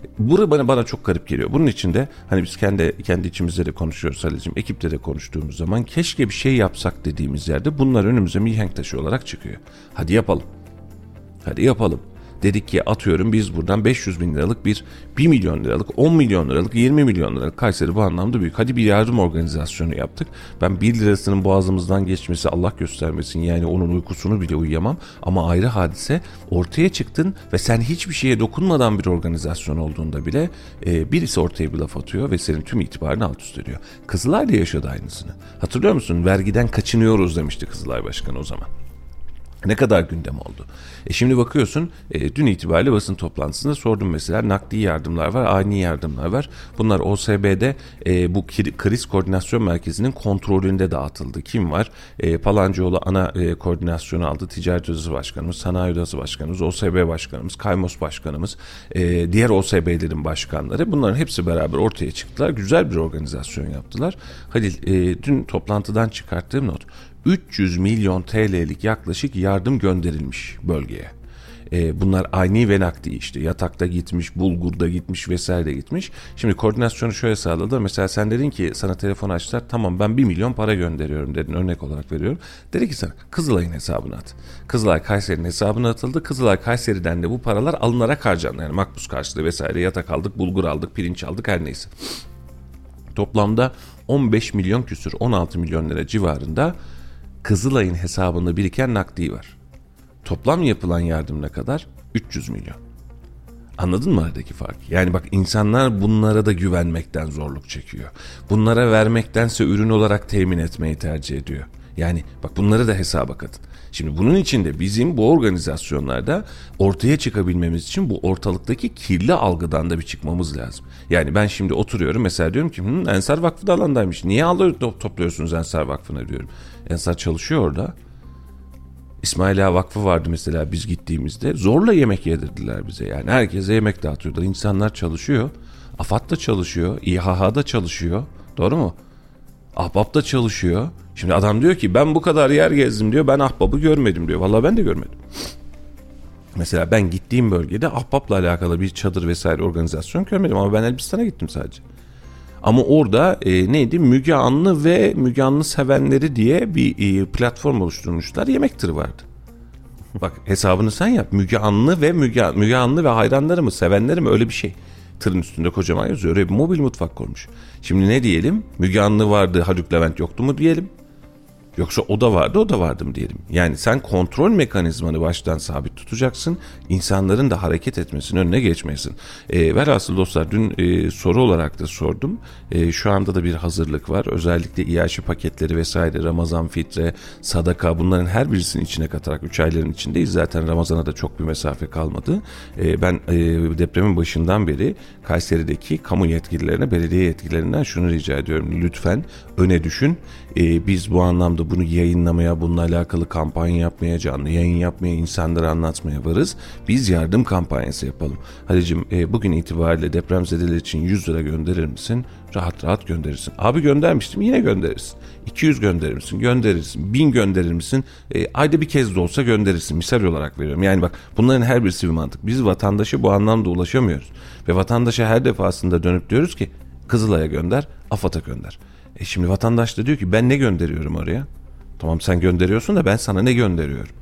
Bura bana bana çok garip geliyor. Bunun için de hani biz kendi kendi içimizde de konuşuyoruz Halil'cim. Ekipte de konuştuğumuz zaman keşke bir şey yapsak dediğimiz yerde bunlar önümüze mihenk taşı olarak çıkıyor. Hadi yapalım. Hadi yapalım. Dedik ki atıyorum biz buradan beş yüz bin liralık bir bir milyon liralık, on milyon liralık, yirmi milyon liralık, Kayseri bu anlamda büyük. Hadi bir yardım organizasyonu yaptık. Ben bir lirasının boğazımızdan geçmesi Allah göstermesin, yani onun uykusunu bile uyuyamam. Ama ayrı hadise, ortaya çıktın ve sen hiçbir şeye dokunmadan bir organizasyon olduğunda bile e, birisi ortaya bir laf atıyor ve senin tüm itibarını alt üst ediyor. Kızılay da yaşadı aynısını. Hatırlıyor musun? Vergiden kaçınıyoruz demişti Kızılay Başkanı o zaman. Ne kadar gündem oldu. E şimdi bakıyorsun e, dün itibariyle basın toplantısında sordum mesela, nakdi yardımlar var, ani yardımlar var. Bunlar O S B'de e, bu kriz koordinasyon merkezinin kontrolünde dağıtıldı. Kim var? E, Palancıoğlu ana e, koordinasyonu aldı. Ticaret Odası Başkanımız, Sanayi Odası Başkanımız, O S B Başkanımız, Kaymos Başkanımız, e, diğer O S B'lerin başkanları, bunların hepsi beraber ortaya çıktılar. Güzel bir organizasyon yaptılar. Halil, e, dün toplantıdan çıkarttığım not, üç yüz milyon T L'lik yaklaşık yardım gönderilmiş bölgeye. E, bunlar ani ve nakdi, işte yatakta gitmiş, bulgurda gitmiş vesaire gitmiş. Şimdi koordinasyonu şöyle sağladı. Mesela sen dedin ki, sana telefon açtılar, tamam ben bir milyon para gönderiyorum dedin, örnek olarak veriyorum. Dedi ki sana Kızılay'ın hesabına at. Kızılay Kayseri'nin hesabına atıldı. Kızılay Kayseri'den de bu paralar alınarak harcandı. Yani makbuz karşılığı vesaire, yatak aldık, bulgur aldık, pirinç aldık, her neyse. Toplamda on beş milyon küsür, on altı milyon lira civarında Kızılay'ın hesabında biriken nakdi var. Toplam yapılan yardım ne kadar? üç yüz milyon. Anladın mı aradaki fark? Yani bak, insanlar bunlara da güvenmekten zorluk çekiyor. Bunlara vermektense ürün olarak temin etmeyi tercih ediyor. Yani bak, bunları da hesaba katın. Şimdi bunun için de bizim bu organizasyonlarda ortaya çıkabilmemiz için bu ortalıktaki kirli algıdan da bir çıkmamız lazım. Yani ben şimdi oturuyorum mesela, diyorum ki Hı, Ensar Vakfı da alandaymış. Niye alıyor topluyorsunuz Ensar Vakfı'na diyorum. Ensar çalışıyor orada. İsmail Ağa Vakfı vardı mesela, biz gittiğimizde zorla yemek yedirdiler bize. Yani herkese yemek dağıtıyorlar. İnsanlar çalışıyor. AFAD da çalışıyor. İHA da çalışıyor. Doğru mu? Ahbap da çalışıyor. Şimdi adam diyor ki ben bu kadar yer gezdim diyor, ben Ahbap'ı görmedim diyor. Vallahi ben de görmedim. Mesela ben gittiğim bölgede Ahbap'la alakalı bir çadır vesaire organizasyon görmedim ama ben Elbistan'a gittim sadece. Ama orada e, neydi? Müge Anlı ve Müge Anlı sevenleri diye bir e, platform oluşturmuşlar. Yemek tırı vardı. Bak, hesabını sen yap. Müge Anlı ve Müge, Müge Anlı ve hayranları mı, sevenleri mi, öyle bir şey. Tırın üstünde kocaman yazıyor. Öyle bir mobil mutfak kurmuş. Şimdi ne diyelim? Müge Anlı vardı, Haluk Levent yoktu mu diyelim? Yoksa o da vardı, o da vardı mı diyelim. Yani sen kontrol mekanizmanı baştan sabit tutacaksın. İnsanların da hareket etmesinin önüne geçmesin. E, velhasıl dostlar, dün e, soru olarak da sordum. E, şu anda da bir hazırlık var. Özellikle İAŞi paketleri vesaire, Ramazan, fitre, sadaka, bunların her birisini içine katarak üç ayların içindeyiz. Zaten Ramazan'a da çok bir mesafe kalmadı. E, ben e, depremin başından beri Kayseri'deki kamu yetkililerine, belediye yetkililerinden şunu rica ediyorum. Lütfen öne düşün. E, biz bu anlamda bunu yayınlamaya, bununla alakalı kampanya yapmaya, canlı yayın yapmaya, insanlara anlatmaya varız. Biz yardım kampanyası yapalım. Halicim, e, bugün itibariyle depremzedeler için yüz lira gönderir misin? Rahat rahat gönderirsin. Abi göndermiştim, yine gönderirsin. iki yüz gönderir misin? Gönderirsin. bin gönderir misin? E, ayda bir kez de olsa gönderirsin. Misal olarak veriyorum. Yani bak, bunların her birisi bir mantık. Biz vatandaşa bu anlamda ulaşamıyoruz. Ve vatandaşa her defasında dönüp diyoruz ki Kızılay'a gönder, AFAD'a gönder. E şimdi vatandaş da diyor ki ben ne gönderiyorum oraya? Tamam, sen gönderiyorsun da ben sana ne gönderiyorum?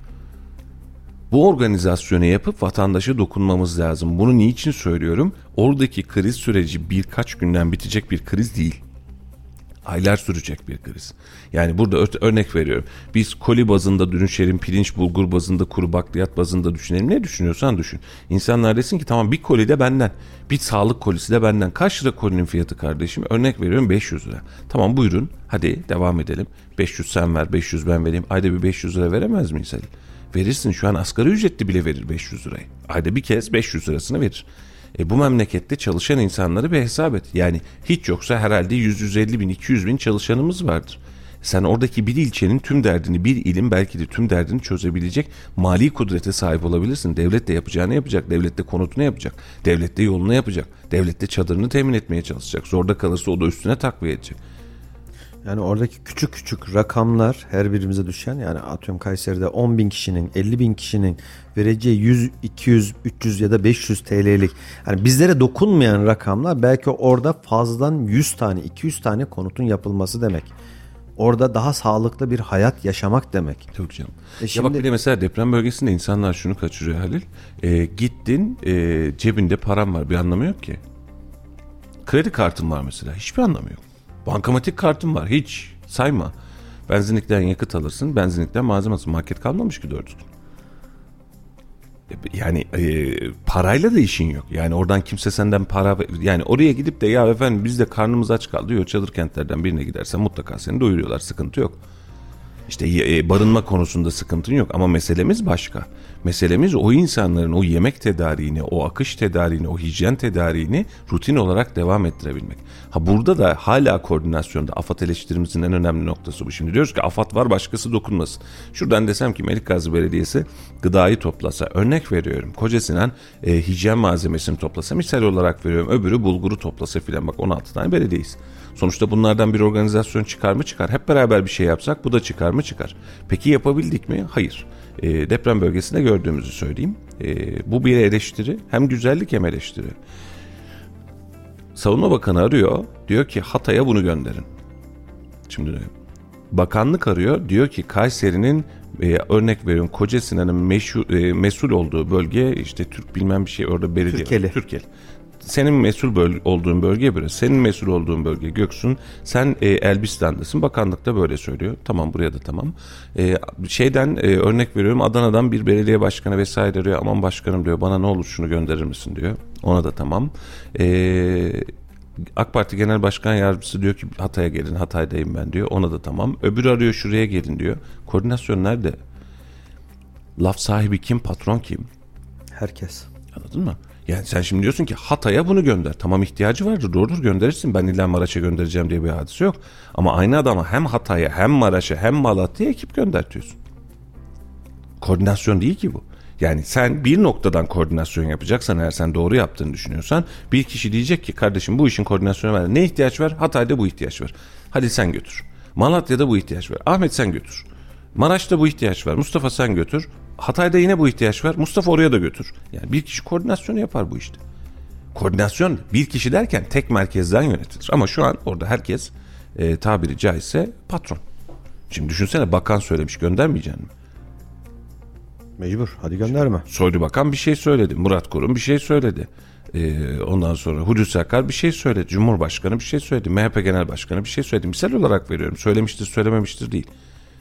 Bu organizasyonu yapıp vatandaşa dokunmamız lazım. Bunu niçin söylüyorum? Oradaki kriz süreci birkaç günden bitecek bir kriz değil. Aylar sürecek bir kriz. Yani burada örnek veriyorum. Biz koli bazında dönüşelim, pirinç, bulgur bazında, kuru bakliyat bazında düşünelim. Ne düşünüyorsan düşün. İnsanlar desin ki tamam, bir koli de benden. Bir sağlık kolisi de benden. Kaç lira kolinin fiyatı kardeşim? Örnek veriyorum, beş yüz lira. Tamam, buyurun. Hadi devam edelim. beş yüz sen ver, beş yüz ben vereyim. Ayda bir beş yüz lira veremez miyiz Ali? Verirsin. Şu an asgari ücretli bile verir beş yüz lirayı. Ayda bir kez beş yüz lirasını verir. E bu memlekette çalışan insanları bir hesap et. Yani hiç yoksa herhalde yüz yüz elli bin, iki yüz bin çalışanımız vardır. Sen oradaki bir ilçenin tüm derdini, bir ilin belki de tüm derdini çözebilecek mali kudrete sahip olabilirsin. Devlet de yapacağını yapacak, devlet de konutunu yapacak, devlet de yolunu yapacak, devlet de çadırını temin etmeye çalışacak. Zorda kalırsa o da üstüne takviye edecek. Yani oradaki küçük küçük rakamlar her birimize düşen, yani atıyorum Kayseri'de on bin kişinin, elli bin kişinin vereceği yüz, iki yüz, üç yüz ya da beş yüz T L'lik, hani bizlere dokunmayan rakamlar belki orada fazladan yüz tane, iki yüz tane konutun yapılması demek. Orada daha sağlıklı bir hayat yaşamak demek. Çok canım. E Ya şimdi- bak bir de mesela deprem bölgesinde insanlar şunu kaçırıyor Halil. E, gittin e, cebinde param var, bir anlamı yok ki. Kredi kartın var mesela, hiçbir anlamı yok. Bankamatik kartın var, hiç sayma. Benzinlikten yakıt alırsın, benzinlikten malzeme alırsın. Market kalmamış ki doğru düzgün. E, Yani e, parayla da işin yok. Yani oradan kimse senden para... Yani oraya gidip de ya efendim biz de karnımız aç kaldı diyor. Çadır kentlerden birine gidersen mutlaka seni doyuruyorlar, sıkıntı yok. İşte e, barınma konusunda sıkıntın yok ama meselemiz başka. Meselemiz o insanların o yemek tedariğini, o akış tedariğini, o hijyen tedariğini rutin olarak devam ettirebilmek. Ha burada da hala koordinasyonda AFAD eleştirimizin en önemli noktası bu. Şimdi diyoruz ki AFAD var, başkası dokunmasın. Şuradan desem ki Melikgazi Belediyesi gıdayı toplasa, örnek veriyorum. Kocasinan e, hijyen malzemesini toplasa, misal olarak veriyorum, öbürü bulguru toplasa filan, bak on altı tane belediyeyiz. Sonuçta bunlardan bir organizasyon çıkar mı? Çıkar. Hep beraber bir şey yapsak bu da çıkar mı? Çıkar. Peki yapabildik mi? Hayır. E, deprem bölgesinde gördüğümüzü söyleyeyim. E, bu bir eleştiri. Hem güzellik hem eleştiri. Savunma Bakanı arıyor. Diyor ki Hatay'a bunu gönderin. Şimdi bakanlık arıyor. Diyor ki Kayseri'nin e, örnek veriyorum Kocasinan'ın meşhur, e, mesul olduğu bölge, işte Türk bilmem bir şey orada belediye. Türkeli. Türkeli. Senin mesul böl- olduğun bölge burası. Senin mesul olduğun bölge Göksun. Sen e, Elbistan'dasın. Bakanlık da böyle söylüyor. Tamam, buraya da tamam. E, şeyden e, örnek veriyorum, Adana'dan bir belediye başkanı vesaire diyor. Aman başkanım diyor, bana ne olur şunu gönderir misin diyor. Ona da tamam. E, AK Parti Genel Başkan Yardımcısı diyor ki Hatay'a gelin, Hatay'dayım ben diyor. Ona da tamam. Öbürü arıyor, şuraya gelin diyor. Koordinasyon nerede? Laf sahibi kim? Patron kim? Herkes. Anladın mı? Yani sen şimdi diyorsun ki Hatay'a bunu gönder. Tamam, ihtiyacı vardır, doğrudur, gönderirsin. Ben illa Maraş'a göndereceğim diye bir hadise yok. Ama aynı adama hem Hatay'a hem Maraş'a hem Malatya'ya ekip göndertiyorsun. Koordinasyon değil ki bu. Yani sen bir noktadan koordinasyon yapacaksan, eğer sen doğru yaptığını düşünüyorsan, bir kişi diyecek ki kardeşim bu işin koordinasyonu var. Ne ihtiyaç var? Hatay'da bu ihtiyaç var. Hadi sen götür. Malatya'da bu ihtiyaç var. Ahmet sen götür. Maraş'ta bu ihtiyaç var. Mustafa sen götür. Hatay'da yine bu ihtiyaç var. Mustafa oraya da götür. Yani bir kişi koordinasyonu yapar bu işte. Koordinasyon bir kişi derken tek merkezden yönetilir. Ama şu an orada herkes e, tabiri caizse patron. Şimdi düşünsene, bakan söylemiş, göndermeyeceksin mi? Mecbur. Hadi gönderme. Soylu Bakan bir şey söyledi. Murat Kurum bir şey söyledi. Ee, ondan sonra Hulusi Akar bir şey söyledi. Cumhurbaşkanı bir şey söyledi. M H P Genel Başkanı bir şey söyledi. Misal olarak veriyorum. Söylemiştir, söylememiştir değil.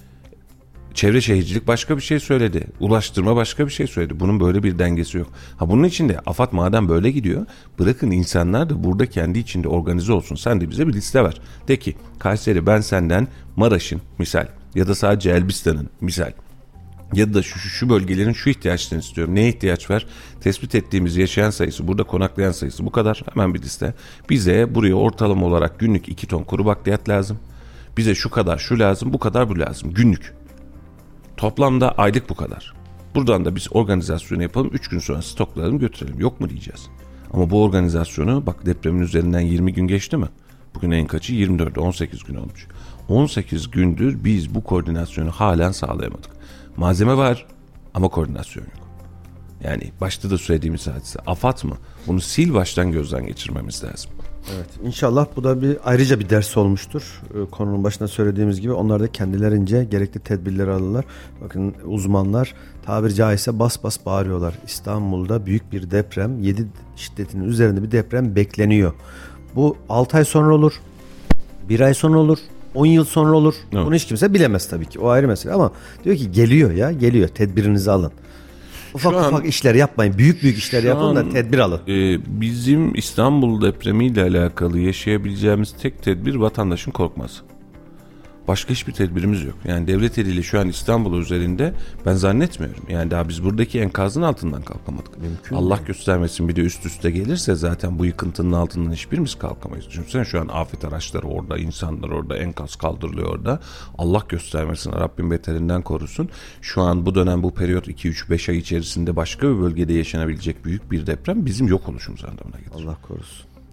Çevre Şehircilik başka bir şey söyledi. Ulaştırma başka bir şey söyledi. Bunun böyle bir dengesi yok. Ha bunun için de AFAD madem böyle gidiyor, bırakın insanlar da burada kendi içinde organize olsun. Sen de bize bir liste ver. De ki Kayseri, ben senden Maraş'ın misal ya da sadece Elbistan'ın misal ya da şu, şu, şu bölgelerin şu ihtiyaçlarını istiyorum. Neye ihtiyaç var? Tespit ettiğimiz yaşayan sayısı, burada konaklayan sayısı bu kadar. Hemen bir liste. Bize buraya ortalama olarak günlük iki ton kuru bakliyat lazım. Bize şu kadar şu lazım, bu kadar bu lazım. Günlük. Toplamda aylık bu kadar. Buradan da biz organizasyonu yapalım. üç gün sonra stoklarını götürelim. Yok mu diyeceğiz. Ama bu organizasyonu bak, depremin üzerinden yirmi gün geçti mi? Bugün en kaçı? yirmi dört, on sekiz gün olmuş. on sekiz gündür biz bu koordinasyonu halen sağlayamadık. Malzeme var ama koordinasyon yok. Yani başta da söylediğimiz hadise AFAD mı? Bunu sil baştan gözden geçirmemiz lazım. Evet, İnşallah bu da bir ayrıca bir ders olmuştur. Ee, konunun başında söylediğimiz gibi onlar da kendilerince gerekli tedbirleri alırlar. Bakın uzmanlar tabiri caizse bas bas bağırıyorlar. İstanbul'da büyük bir deprem, yedi şiddetinin üzerinde bir deprem bekleniyor. Bu altı ay sonra olur, bir ay sonra olur, on yıl sonra olur. Evet. Bunu hiç kimse bilemez tabii ki. O ayrı mesele ama diyor ki geliyor ya, geliyor. Tedbirinizi alın. Ufak Şu an- ufak işler yapmayın. Büyük büyük işler Şu yapın da an, tedbir alın. e, bizim İstanbul depremiyle alakalı yaşayabileceğimiz tek tedbir vatandaşın korkması. Başka hiçbir tedbirimiz yok. Yani devlet eliyle şu an İstanbul üzerinde ben zannetmiyorum. Yani daha biz buradaki enkazın altından kalkamadık. Mümkün Allah değil. göstermesin, bir de üst üste gelirse zaten bu yıkıntının altından hiçbirimiz kalkamayız. Düşünsene şu an afet araçları orada, insanlar orada, enkaz kaldırılıyor orada. Allah göstermesin, Rabbim beterinden korusun. Şu an bu dönem, bu periyot iki üç beş ay içerisinde başka bir bölgede yaşanabilecek büyük bir deprem bizim yok oluşumuz anlamına gelir. Allah korusun.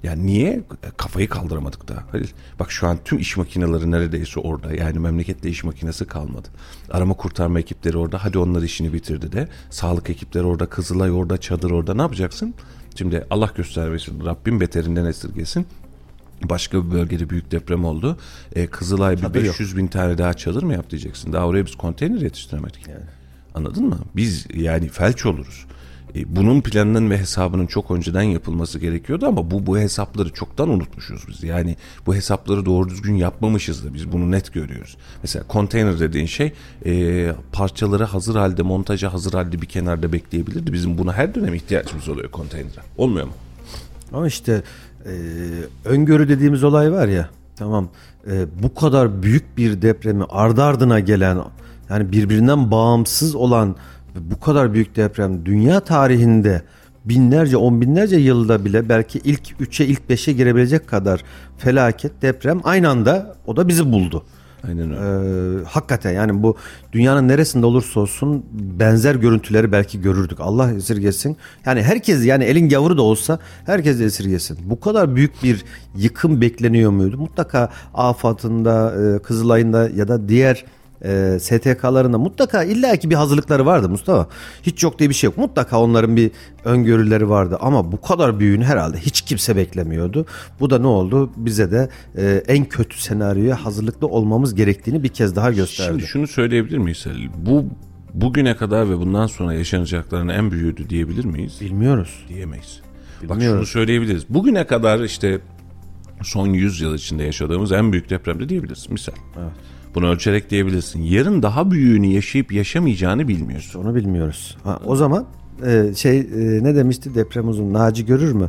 Yani niye? Kafayı kaldıramadık da. Halil, bak şu an tüm iş makineleri neredeyse orada. Yani memlekette iş makinesi kalmadı. Arama kurtarma ekipleri orada. Hadi onlar işini bitirdi de. Sağlık ekipleri orada. Kızılay orada. Çadır orada. Ne yapacaksın? Şimdi Allah göstermesin. Rabbim beterinden esirgesin. Başka bir bölgede büyük deprem oldu. Ee, Kızılay bir beş yüz bin tane daha çadır mı yap diyeceksin. Daha oraya biz konteyner yetiştiremedik. Yani. Anladın mı? Biz yani felç oluruz. Bunun planının ve hesabının çok önceden yapılması gerekiyordu ama bu bu hesapları çoktan unutmuşuz biz. Yani bu hesapları doğru düzgün yapmamışız da biz bunu net görüyoruz. Mesela konteyner dediğin şey e, parçaları hazır halde, montaja hazır halde bir kenarda bekleyebilirdi. Bizim buna her dönem ihtiyacımız oluyor konteynere. Olmuyor mu? Ama işte e, öngörü dediğimiz olay var ya, tamam, e, bu kadar büyük bir depremi ardı ardına gelen, yani birbirinden bağımsız olan bu kadar büyük deprem dünya tarihinde binlerce, on binlerce yılda bile belki ilk üçe, ilk beşe girebilecek kadar felaket deprem aynı anda, o da bizi buldu. Aynen öyle. Ee, hakikaten yani bu dünyanın neresinde olursa olsun benzer görüntüleri belki görürdük. Allah esirgesin. Yani herkes, yani elin gavuru da olsa herkes de esirgesin. Bu kadar büyük bir yıkım bekleniyor muydu? Mutlaka AFAD'ında, Kızılay'ında ya da diğer E, S T K'larında mutlaka illaki bir hazırlıkları vardı Mustafa. Hiç yok diye bir şey yok. Mutlaka onların bir öngörüleri vardı ama bu kadar büyüğünü herhalde hiç kimse beklemiyordu. Bu da ne oldu? Bize de e, en kötü senaryoya hazırlıklı olmamız gerektiğini bir kez daha gösterdi. Şimdi şunu söyleyebilir miyiz Halil? Bu bugüne kadar ve bundan sonra yaşanacakların en büyüğüydü diyebilir miyiz? Bilmiyoruz. Diyemeyiz. Bilmiyoruz. Bak şunu söyleyebiliriz. Bugüne kadar işte son yüz yıl içinde yaşadığımız en büyük depremde diyebiliriz. Misal. Evet. Bunu ölçerek diyebilirsin. Yarın daha büyüğünü yaşayıp yaşamayacağını bilmiyorsun. Onu bilmiyoruz. Ha, o zaman e, şey e, ne demişti deprem uzun Naci Görür mü?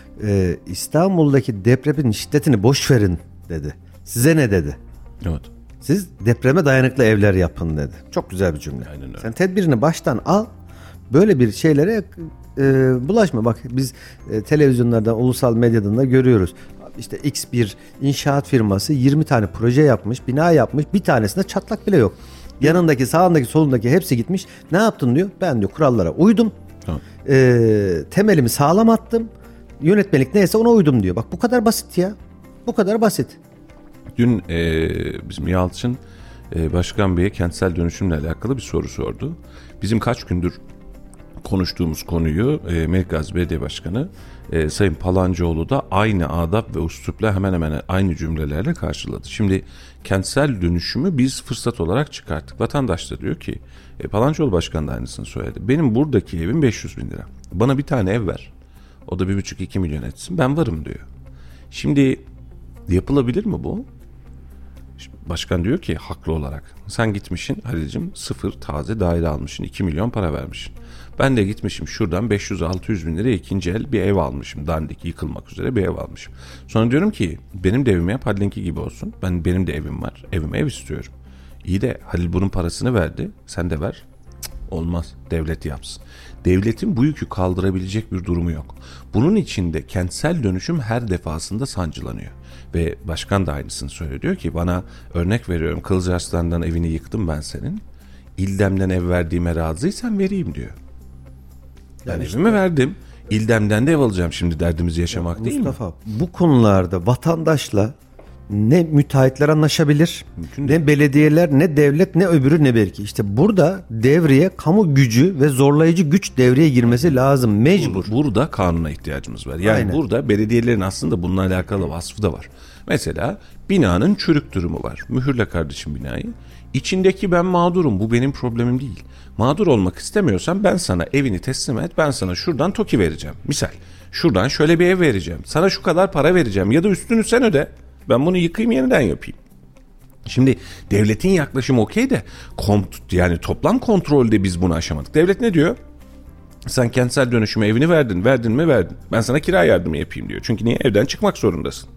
E, İstanbul'daki depremin şiddetini boş verin dedi. Size ne dedi? Evet. Siz depreme dayanıklı evler yapın dedi. Çok güzel bir cümle. Aynen öyle. Sen tedbirini baştan al. Böyle bir şeylere e, bulaşma. Bak biz e, televizyonlarda, ulusal medyadan da görüyoruz. İşte X bir inşaat firması yirmi tane proje yapmış, bina yapmış. Bir tanesinde çatlak bile yok. Yanındaki, sağındaki, solundaki hepsi gitmiş. Ne yaptın diyor. Ben diyor kurallara uydum. Tamam. E, temelimi sağlam attım. Yönetmelik neyse ona uydum diyor. Bak bu kadar basit ya. Bu kadar basit. Dün e, bizim Yalçın e, Başkan Bey'e kentsel dönüşümle alakalı bir soru sordu. Bizim kaç gündür konuştuğumuz konuyu e, Melikgazi Belediye Başkanı e, Sayın Palancıoğlu da aynı adap ve üslupla hemen hemen aynı cümlelerle karşıladı. Şimdi kentsel dönüşümü biz fırsat olarak çıkarttık. Vatandaş da diyor ki e, Palancıoğlu Başkan da aynısını söyledi. Benim buradaki evim beş yüz bin lira. Bana bir tane ev ver. O da bir buçuk iki milyon etsin. Ben varım diyor. Şimdi yapılabilir mi bu? Başkan diyor ki haklı olarak sen gitmişsin Halil'cim sıfır taze daire almışsın, iki milyon para vermişsin. Ben de gitmişim şuradan beş yüz altı yüz bin liraya ikinci el bir ev almışım. Dandik, yıkılmak üzere bir ev almışım. Sonra diyorum ki benim de evimi yap Halil'inki gibi olsun. Ben benim de evim var. Evime ev istiyorum. İyi de Halil bunun parasını verdi. Sen de ver. Cık, olmaz. Devlet yapsın. Devletin bu yükü kaldırabilecek bir durumu yok. Bunun için de kentsel dönüşüm her defasında sancılanıyor. Ve başkan da aynısını söylüyor. Diyor ki bana örnek veriyorum. Kılıçarslan'dan evini yıktım ben senin. İldem'den ev verdiğime razıysan vereyim diyor. Ben yani evimi işte verdim. İldem'den de ev alacağım şimdi derdimizi yaşamak değil Mustafa, mi? Mustafa bu konularda vatandaşla ne müteahhitler anlaşabilir, Mümkün ne değil. belediyeler, ne devlet, ne öbürü, ne belki. İşte burada devreye kamu gücü ve zorlayıcı güç devreye girmesi lazım. Mecbur. Burada kanuna ihtiyacımız var. Yani Aynen. burada belediyelerin aslında bununla alakalı vasfı da var. Mesela binanın çürük durumu var. Mühürle kardeşim binayı. İçindeki ben mağdurum. Bu benim problemim değil. Mağdur olmak istemiyorsan ben sana evini teslim et. Ben sana şuradan TOKİ vereceğim. Misal şuradan şöyle bir ev vereceğim. Sana şu kadar para vereceğim ya da üstünü sen öde. Ben bunu yıkayım yeniden yapayım. Şimdi devletin yaklaşımı okey de kont yani toplam kontrolde biz bunu aşamadık. Devlet ne diyor? Sen kentsel dönüşüme evini verdin. Verdin mi verdin. Ben sana kira yardımı yapayım diyor. Çünkü niye? Evden çıkmak zorundasın.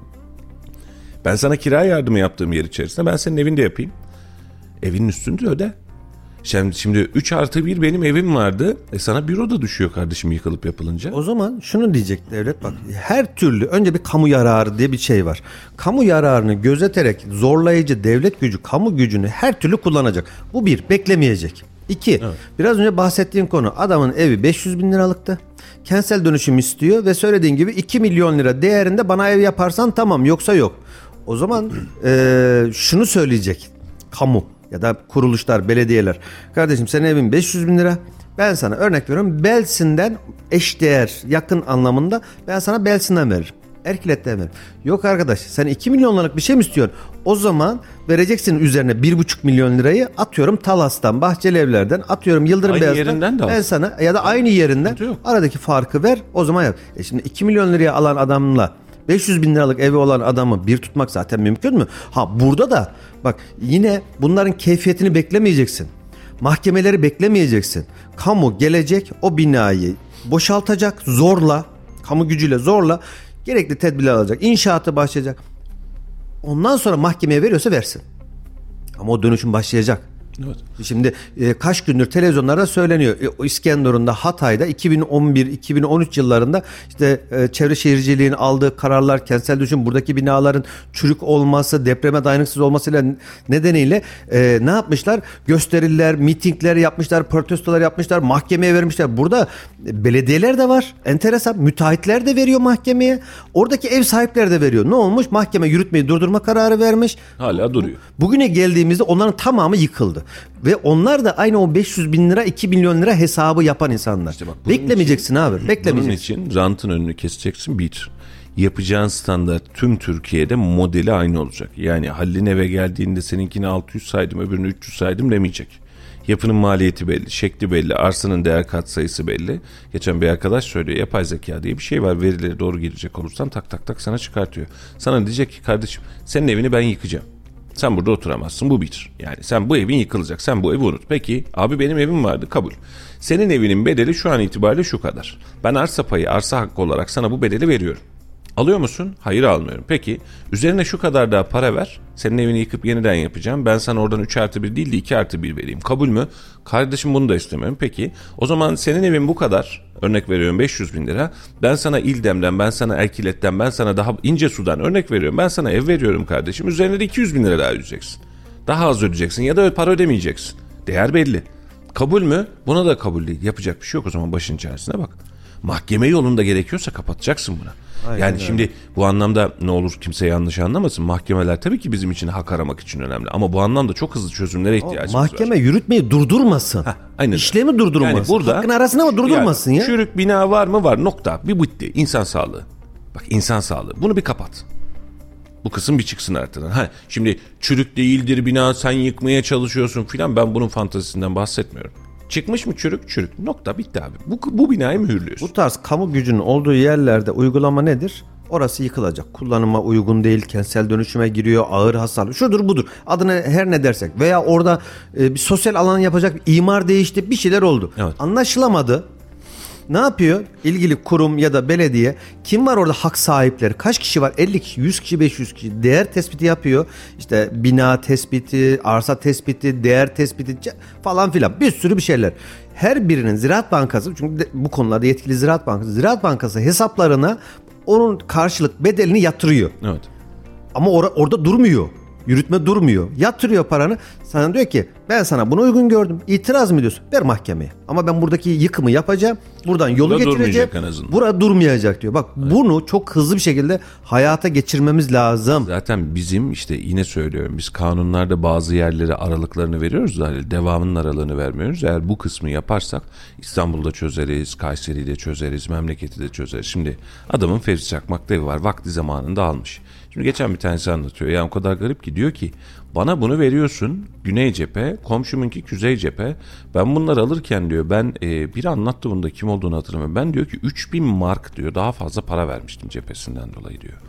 Ben sana kira yardımı yaptığım yer içerisinde ben senin evinde yapayım. Evinin üstünü de öde. Şimdi, şimdi üç artı bir benim evim vardı. E sana bir oda düşüyor kardeşim yıkılıp yapılınca. O zaman şunu diyecek devlet, bak her türlü önce bir kamu yararı diye bir şey var. Kamu yararını gözeterek zorlayıcı devlet gücü, kamu gücünü her türlü kullanacak. Bu bir, beklemeyecek. İki, evet. Biraz önce bahsettiğin konu, adamın evi beş yüz bin liralıktı. Kentsel dönüşüm istiyor ve söylediğin gibi iki milyon lira değerinde bana ev yaparsan tamam, yoksa yok. O zaman e, şunu söyleyecek kamu ya da kuruluşlar, belediyeler. Kardeşim senin evin beş yüz bin lira. Ben sana örnek veriyorum, Belsin'den eşdeğer, yakın anlamında ben sana Belsin'den veririm. Erkilet'ten veririm. Yok arkadaş, sen iki milyonluk bir şey mi istiyorsun? O zaman vereceksin üzerine bir buçuk milyon lirayı, atıyorum Talas'tan, Bahçeli Evler'den, atıyorum Yıldırım aynı Beyaz'dan. Ben sana ya da aynı yerinden aradaki farkı ver, o zaman yap. E şimdi iki milyon liraya alan adamla beş yüz bin liralık evi olan adamı bir tutmak zaten mümkün mü? Ha burada da bak, yine bunların keyfiyetini beklemeyeceksin. Mahkemeleri beklemeyeceksin. Kamu gelecek, o binayı boşaltacak zorla, kamu gücüyle zorla gerekli tedbirler alacak. İnşaatı başlayacak. Ondan sonra mahkemeye veriyorsa versin. Ama o dönüşüm başlayacak. Evet. Şimdi e, kaç gündür televizyonlarda söyleniyor. E, o İskenderun'da, Hatay'da iki bin on bir iki bin on üç yıllarında işte e, Çevre Şehirciliğin aldığı kararlar, kentsel dönüşüm, buradaki binaların çürük olması, depreme dayanıksız olmasıyla nedeniyle e, ne yapmışlar? Gösteriler, mitingler yapmışlar, protestolar yapmışlar, mahkemeye vermişler. Burada e, belediyeler de var. Enteresan. Müteahhitler de veriyor mahkemeye. Oradaki ev sahipleri de veriyor. Ne olmuş? Mahkeme yürütmeyi durdurma kararı vermiş. Hala duruyor. Bugüne geldiğimizde onların tamamı yıkıldı. Ve onlar da aynı o beş yüz bin lira, iki milyon lira hesabı yapan insanlar. İşte bak, beklemeyeceksin için, abi. Beklemeyeceksin. Bunun için rantın önünü keseceksin. Bir, yapacağın standart tüm Türkiye'de modeli aynı olacak. Yani Halil'in eve geldiğinde seninkini altı yüz saydım, öbürünü üç yüz saydım demeyecek. Yapının maliyeti belli, şekli belli, arsanın değer katsayısı belli. Geçen bir arkadaş söylüyor, yapay zeka diye bir şey var. Verileri doğru girecek olursan tak tak tak sana çıkartıyor. Sana diyecek ki kardeşim, senin evini ben yıkacağım. Sen burada oturamazsın, bu bir. Yani sen, bu evin yıkılacak, sen bu evi unut. Peki abi, benim evim vardı, kabul. Senin evinin bedeli şu an itibariyle şu kadar. Ben arsa payı, arsa hakkı olarak sana bu bedeli veriyorum. Alıyor musun? Hayır, almıyorum. Peki üzerine şu kadar daha para ver. Senin evini yıkıp yeniden yapacağım. Ben sana oradan üç artı bir değil de iki artı bir vereyim. Kabul mü? Kardeşim bunu da istemiyorum. Peki o zaman senin evin bu kadar. Örnek veriyorum beş yüz bin lira. Ben sana İldem'den, ben sana Erkilet'ten, ben sana daha İncesu'dan örnek veriyorum. Ben sana ev veriyorum kardeşim. Üzerine de iki yüz bin lira daha ödeyeceksin. Daha az ödeyeceksin ya da para ödemeyeceksin. Değer belli. Kabul mü? Buna da kabul değil. Yapacak bir şey yok, o zaman başın çaresine bak. Mahkeme yolunda gerekiyorsa kapatacaksın buna. Aynen yani öyle. Şimdi bu anlamda ne olur kimse yanlış anlamasın. Mahkemeler tabii ki bizim için hak aramak için önemli. Ama bu anlamda çok hızlı çözümlere ihtiyacımız o, mahkeme var. Mahkeme yürütmeyi durdurmasın. Heh, aynen. İşlemi durdurmasın. Yani burada, hakkın arasına mı durdurmasın yani, ya? Çürük bina var mı? Var. Nokta. Bir bitti. İnsan sağlığı. Bak, insan sağlığı. Bunu bir kapat. Bu kısım bir çıksın ortadan. Ha, şimdi çürük değildir bina, sen yıkmaya çalışıyorsun filan. Ben bunun fantezisinden bahsetmiyorum. Çıkmış mı çürük? Çürük. Nokta, bitti abi. Bu, bu binayı mühürlüyorsun. Bu tarz kamu gücünün olduğu yerlerde uygulama nedir? Orası yıkılacak. Kullanıma uygun değil, kentsel dönüşüme giriyor, ağır hasarlı. Şudur budur. Adını her ne dersek. Veya orada e, bir sosyal alan yapacak, imar değişti, bir şeyler oldu. Evet. Anlaşılamadı. Ne yapıyor? İlgili kurum ya da belediye, kim var orada hak sahipleri? Kaç kişi var? elli kişi, yüz kişi, beş yüz kişi değer tespiti yapıyor. İşte bina tespiti, arsa tespiti, değer tespiti falan filan. Bir sürü bir şeyler. Her birinin Ziraat Bankası, çünkü bu konularda yetkili Ziraat Bankası, Ziraat Bankası hesaplarına onun karşılık bedelini yatırıyor. Evet. Ama or- orada durmuyor. Yürütme durmuyor. Yatırıyor paranı. Sana diyor ki ben sana bunu uygun gördüm. İtiraz mı ediyorsun? Ver mahkemeye. Ama ben buradaki yıkımı yapacağım. Buradan yolu burada getireceğim. Burada durmayacak diyor. Bak, evet. Bunu çok hızlı bir şekilde hayata geçirmemiz lazım. Zaten bizim işte yine söylüyorum, biz kanunlarda bazı yerlere aralıklarını veriyoruz. Yani devamının aralığını vermiyoruz. Eğer bu kısmı yaparsak İstanbul'da çözeriz, Kayseri'de çözeriz, memleketi de çözeriz. Şimdi adamın Fevzi Çakmak'ta evi var. Vakti zamanında almış. Şimdi geçen bir tanesi anlatıyor. Ya o kadar garip ki, diyor ki bana bunu veriyorsun güney cephe, komşumunki kuzey cephe. Ben bunları alırken diyor, ben e, biri anlattı bunu da, kim olduğunu hatırlamıyorum. Ben diyor ki üç bin mark diyor daha fazla para vermiştim cephesinden dolayı diyor.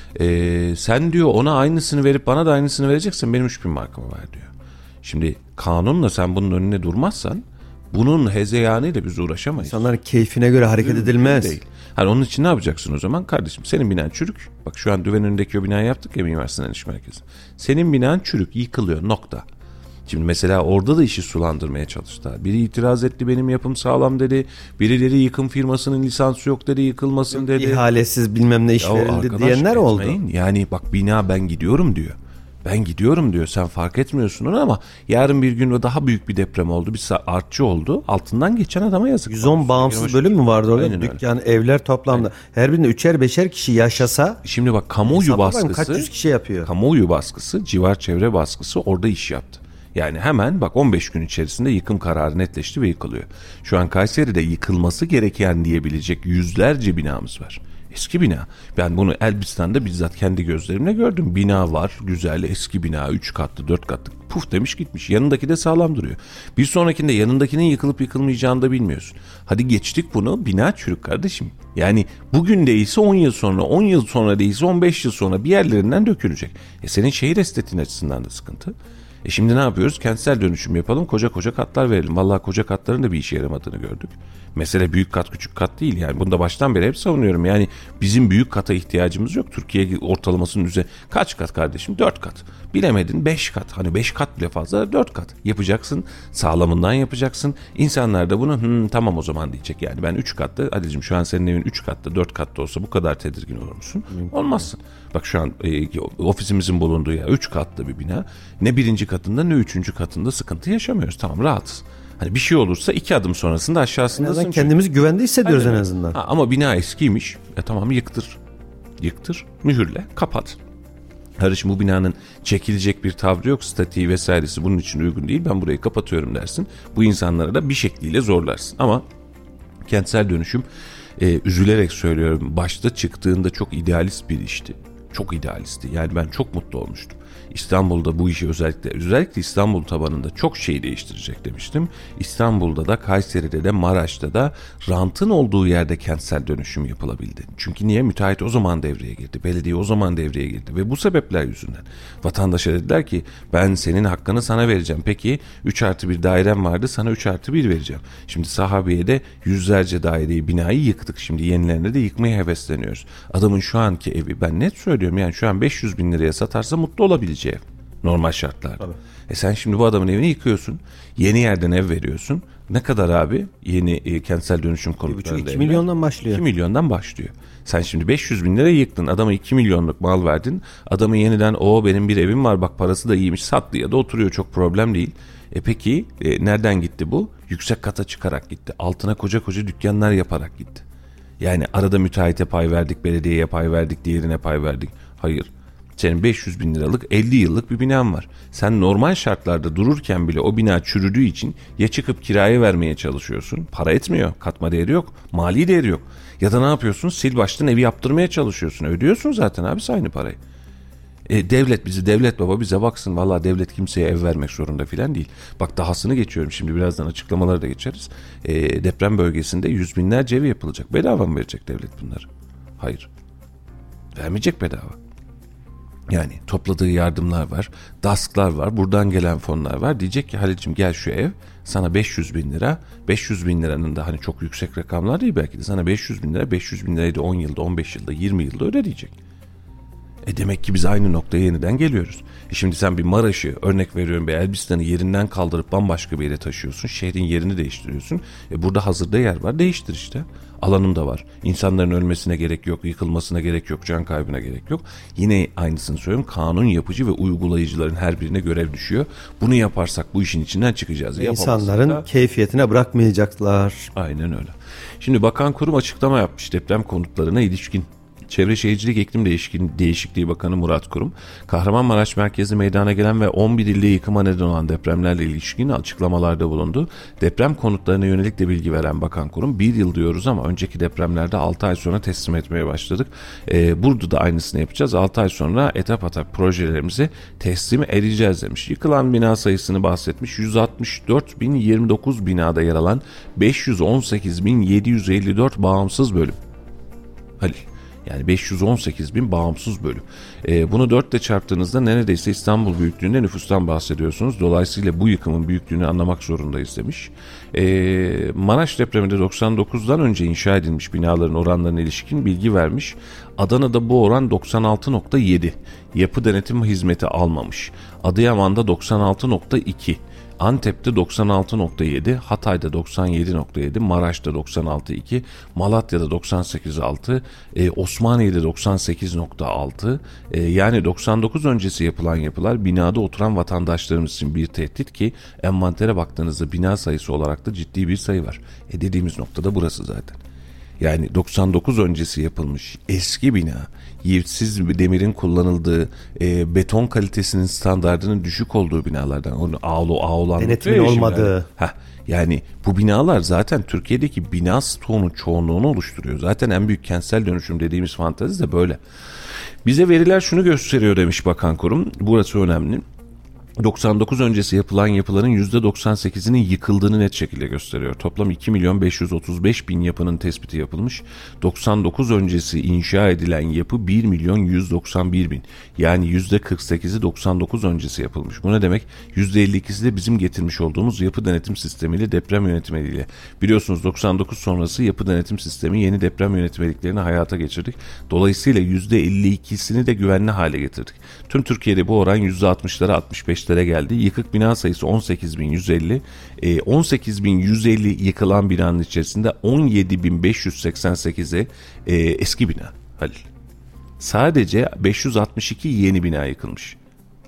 E, sen diyor ona aynısını verip bana da aynısını vereceksin, benim üç bin markımı ver diyor. Şimdi kanunla sen bunun önüne durmazsan bunun hezeyanıyla biz uğraşamayız. İnsanların keyfine göre hareket değil, edilmez. Değil. Hani onun için ne yapacaksın o zaman? Kardeşim senin binan çürük. Bak şu an Düven önündeki o binayı yaptık ya, Mimar Sinan İş Merkezi. Senin binan çürük, yıkılıyor, nokta. Şimdi mesela orada da işi sulandırmaya çalıştılar. Biri itiraz etti, benim yapım sağlam dedi. Birileri yıkım firmasının lisansı yok dedi, yıkılmasın yok, dedi. İhalesiz bilmem ne iş ya verildi diyenler oldu. Yani bak, bina ben gidiyorum diyor. Ben gidiyorum diyor, sen fark etmiyorsun onu ama yarın bir gün o daha büyük bir deprem oldu, bir artçı oldu, altından geçen adama yazık. yüz on bağımsız bölüm mü vardı orada? Aynen Dükkan, öyle. Evler toplamda. Aynen. Her birinde üçer beşer kişi yaşasa. Şimdi bak, kamuoyu baskısı. Kaç yüz kişi yapıyor? Kamuoyu baskısı, civar çevre baskısı orada iş yaptı. Yani hemen bak on beş gün içerisinde yıkım kararı netleşti ve yıkılıyor. Şu an Kayseri'de yıkılması gereken diyebilecek yüzlerce binamız var. Eski bina. Ben bunu Elbistan'da bizzat kendi gözlerimle gördüm. Bina var, güzel eski bina, üç katlı, dört katlı. Puf demiş gitmiş. Yanındaki de sağlam duruyor. Bir sonrakinde yanındakinin yıkılıp yıkılmayacağını da bilmiyorsun. Hadi geçtik bunu, bina çürük kardeşim. Yani bugün değilse on yıl sonra, on yıl sonra değilse on beş yıl sonra bir yerlerinden dökülecek. E senin şehir estetiğin açısından da sıkıntı. E şimdi ne yapıyoruz? Kentsel dönüşüm yapalım, koca koca katlar verelim. Vallahi koca katların da bir işe yaramadığını gördük. Mesele büyük kat küçük kat değil yani. Bunu da baştan beri hep savunuyorum. Yani bizim büyük kata ihtiyacımız yok. Türkiye ortalamasının üzerine kaç kat kardeşim? Dört kat. Bilemedin beş kat. Hani beş kat bile fazla, dört kat. Yapacaksın. Sağlamından yapacaksın. İnsanlar da bunu tamam o zaman diyecek. Yani ben üç katlı, Ali'cim şu an senin evin üç katlı, dört katlı olsa bu kadar tedirgin olur musun? Mümkün. Olmazsın. Bak şu an e, ofisimizin bulunduğu yer üç katlı bir bina. Ne birinci katında ne üçüncü katında sıkıntı yaşamıyoruz. Tamam, rahatız. Hani bir şey olursa iki adım sonrasında aşağısındasın. Kendimizi güvende hissediyoruz. Aynen. En azından. Ha, ama bina eskiymiş. E tamam, yıktır. Yıktır, mühürle, kapat. Kardeşim bu binanın çekilecek bir tavrı yok, statiği vesairesi bunun için uygun değil. Ben burayı kapatıyorum dersin. Bu insanlara da bir şekliyle zorlarsın. Ama kentsel dönüşüm, e, üzülerek söylüyorum, başta çıktığında çok idealist bir işti. Çok idealistti. Yani ben çok mutlu olmuştum. İstanbul'da bu işi özellikle özellikle İstanbul tabanında çok şey değiştirecek demiştim. İstanbul'da da, Kayseri'de de, Maraş'ta da rantın olduğu yerde kentsel dönüşüm yapılabildi. Çünkü niye? Müteahhit o zaman devreye girdi. Belediye o zaman devreye girdi ve bu sebepler yüzünden vatandaşa dediler ki ben senin hakkını sana vereceğim. Peki üç artı bir dairem vardı, sana üç artı bir vereceğim. Şimdi Sahabiye'de yüzlerce daireyi, binayı yıktık. Şimdi yenilerini de yıkmaya hevesleniyoruz. Adamın şu anki evi, ben net söylüyorum yani şu an beş yüz bin liraya satarsa mutlu olabileceği ev. Normal şartlarda. Tabii. E sen şimdi bu adamın evini yıkıyorsun. Yeni yerden ev veriyorsun. Ne kadar abi? Yeni e, kentsel dönüşüm konutlarında. iki milyondan başlıyor. iki milyondan başlıyor. Sen şimdi beş yüz bin lira yıktın. Adama iki milyonluk mal verdin. Adamı yeniden o benim bir evim var bak parası da iyiymiş sattı ya da oturuyor, çok problem değil. E peki e, nereden gitti bu? Yüksek kata çıkarak gitti. Altına koca koca dükkanlar yaparak gitti. Yani arada müteahhite pay verdik, belediyeye pay verdik, diğerine pay verdik. Hayır. Senin beş yüz bin liralık elli yıllık bir binan var. Sen normal şartlarda dururken bile o bina çürüdüğü için ya çıkıp kiraya vermeye çalışıyorsun. Para etmiyor. Katma değeri yok. Mali değeri yok. Ya da ne yapıyorsun? Sil baştan evi yaptırmaya çalışıyorsun. Ödüyorsun zaten abi aynı parayı. E, devlet bizi, devlet baba bize baksın. Vallahi devlet kimseye ev vermek zorunda filan değil. Bak dahasını geçiyorum şimdi, birazdan açıklamalara da geçeriz. E, deprem bölgesinde yüz binlerce ev yapılacak. Bedava mı verecek devlet bunları? Hayır. Vermeyecek bedava. Yani topladığı yardımlar var, dasklar var, buradan gelen fonlar var. Diyecek ki Halil'cim gel şu ev sana beş yüz bin lira, beş yüz bin liranın da hani çok yüksek rakamlar değil belki de, sana beş yüz bin lira, beş yüz bin lirayı da on yılda, on beş yılda, yirmi yılda öde diyecek. E demek ki biz aynı noktaya yeniden geliyoruz. E şimdi sen bir Maraş'ı, örnek veriyorum, bir Elbistan'ı yerinden kaldırıp bambaşka bir yere taşıyorsun. Şehrin yerini değiştiriyorsun. E burada hazırda yer var, değiştir işte. Alanım da var. İnsanların ölmesine gerek yok, yıkılmasına gerek yok, can kaybına gerek yok. Yine aynısını söylüyorum. Kanun yapıcı ve uygulayıcıların her birine görev düşüyor. Bunu yaparsak bu işin içinden çıkacağız. İnsanların da keyfiyetine bırakmayacaklar. Aynen öyle. Şimdi Bakan Kurum açıklama yapmış deprem konutlarına ilişkin. Çevre Şehircilik İklim Değişikliği Bakanı Murat Kurum, Kahramanmaraş merkezli meydana gelen ve on bir ilde yıkıma neden olan depremlerle ilişkin açıklamalarda bulundu. Deprem konutlarına yönelik de bilgi veren Bakan Kurum, bir yıl diyoruz ama önceki depremlerde altı ay sonra teslim etmeye başladık. Ee, burada da aynısını yapacağız. altı ay sonra etap etap projelerimizi teslim edeceğiz demiş. Yıkılan bina sayısını bahsetmiş. yüz altmış dört bin yirmi dokuz binada yer alan beş yüz on sekiz bin yedi yüz elli dört bağımsız bölüm. Halil. Yani beş yüz on sekiz bin bağımsız bölüm. Ee, bunu dört ile çarptığınızda neredeyse İstanbul büyüklüğünde nüfustan bahsediyorsunuz. Dolayısıyla bu yıkımın büyüklüğünü anlamak zorundayız demiş. Ee, Maraş depreminde doksan dokuzdan önce inşa edilmiş binaların oranlarına ilişkin bilgi vermiş. Adana'da bu oran doksan altı nokta yedi. yapı denetim hizmeti almamış. Adıyaman'da doksan altı nokta iki, Antep'te doksan altı nokta yedi, Hatay'da doksan yedi nokta yedi, Maraş'ta doksan altı nokta iki, Malatya'da doksan sekiz nokta altı, e, Osmaniye'de doksan sekiz nokta altı. E, yani doksan dokuz öncesi yapılan yapılar binada oturan vatandaşlarımız için bir tehdit ki envantere baktığınızda bina sayısı olarak da ciddi bir sayı var. E, dediğimiz noktada burası zaten. Yani doksan dokuz öncesi yapılmış eski bina, yivsiz demirin kullanıldığı, e, beton kalitesinin standardının düşük olduğu binalardan, onu ağlı ağlan denetimin olmadığı. Heh, yani bu binalar zaten Türkiye'deki bina stoğunun çoğunluğunu oluşturuyor. Zaten en büyük kentsel dönüşüm dediğimiz fantezi de böyle. Bize veriler şunu gösteriyor demiş Bakan Kurum. Burası önemli. doksan dokuz öncesi yapılan yapıların yüzde doksan sekizinin yıkıldığını net şekilde gösteriyor. Toplam iki milyon beş yüz otuz beş bin yapının tespiti yapılmış. doksan dokuz öncesi inşa edilen yapı bir milyon yüz doksan bir bin. Yani yüzde kırk sekizi doksan dokuz öncesi yapılmış. Bu ne demek? yüzde elli ikisi de bizim getirmiş olduğumuz yapı denetim sistemiyle, deprem yönetmeliğiyle. Biliyorsunuz doksan dokuz sonrası yapı denetim sistemi yeni deprem yönetmeliklerini hayata geçirdik. Dolayısıyla yüzde elli ikisini de güvenli hale getirdik. Tüm Türkiye'de bu oran yüzde altmışlara altmış beş geldi. Yıkık bina sayısı on sekiz bin yüz elli. E, on sekiz bin yüz elli yıkılan binanın içerisinde on yedi bin beş yüz seksen sekizi e, eski bina Halil. Sadece beş yüz altmış iki yeni bina yıkılmış.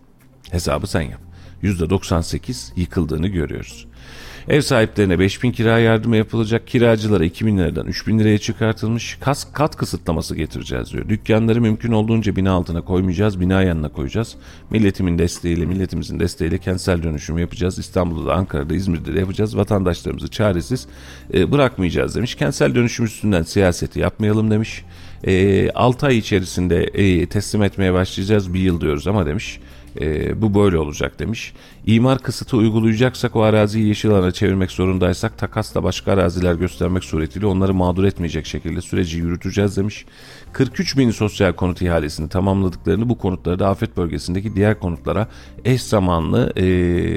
Hesabı sen yap. yüzde doksan sekiz yıkıldığını görüyoruz. Ev sahiplerine beş bin kira yardımı yapılacak. Kiracılara iki bin liradan üç bin liraya çıkartılmış. Kas, kat kısıtlaması getireceğiz diyor. Dükkanları mümkün olduğunca bina altına koymayacağız. Bina yanına koyacağız. Milletimin desteğiyle, milletimizin desteğiyle kentsel dönüşüm yapacağız. İstanbul'da da, Ankara'da, İzmir'de de yapacağız. Vatandaşlarımızı çaresiz e, bırakmayacağız demiş. Kentsel dönüşüm üstünden siyaseti yapmayalım demiş. E, altı ay içerisinde e, teslim etmeye başlayacağız. Bir yıl diyoruz ama demiş. E, bu böyle olacak demiş. İmar kısıtı uygulayacaksak, o araziyi yeşil alana çevirmek zorundaysak takasla başka araziler göstermek suretiyle onları mağdur etmeyecek şekilde süreci yürüteceğiz demiş. kırk üç bin sosyal konut ihalesini tamamladıklarını, bu konutları da afet bölgesindeki diğer konutlara eş zamanlı e,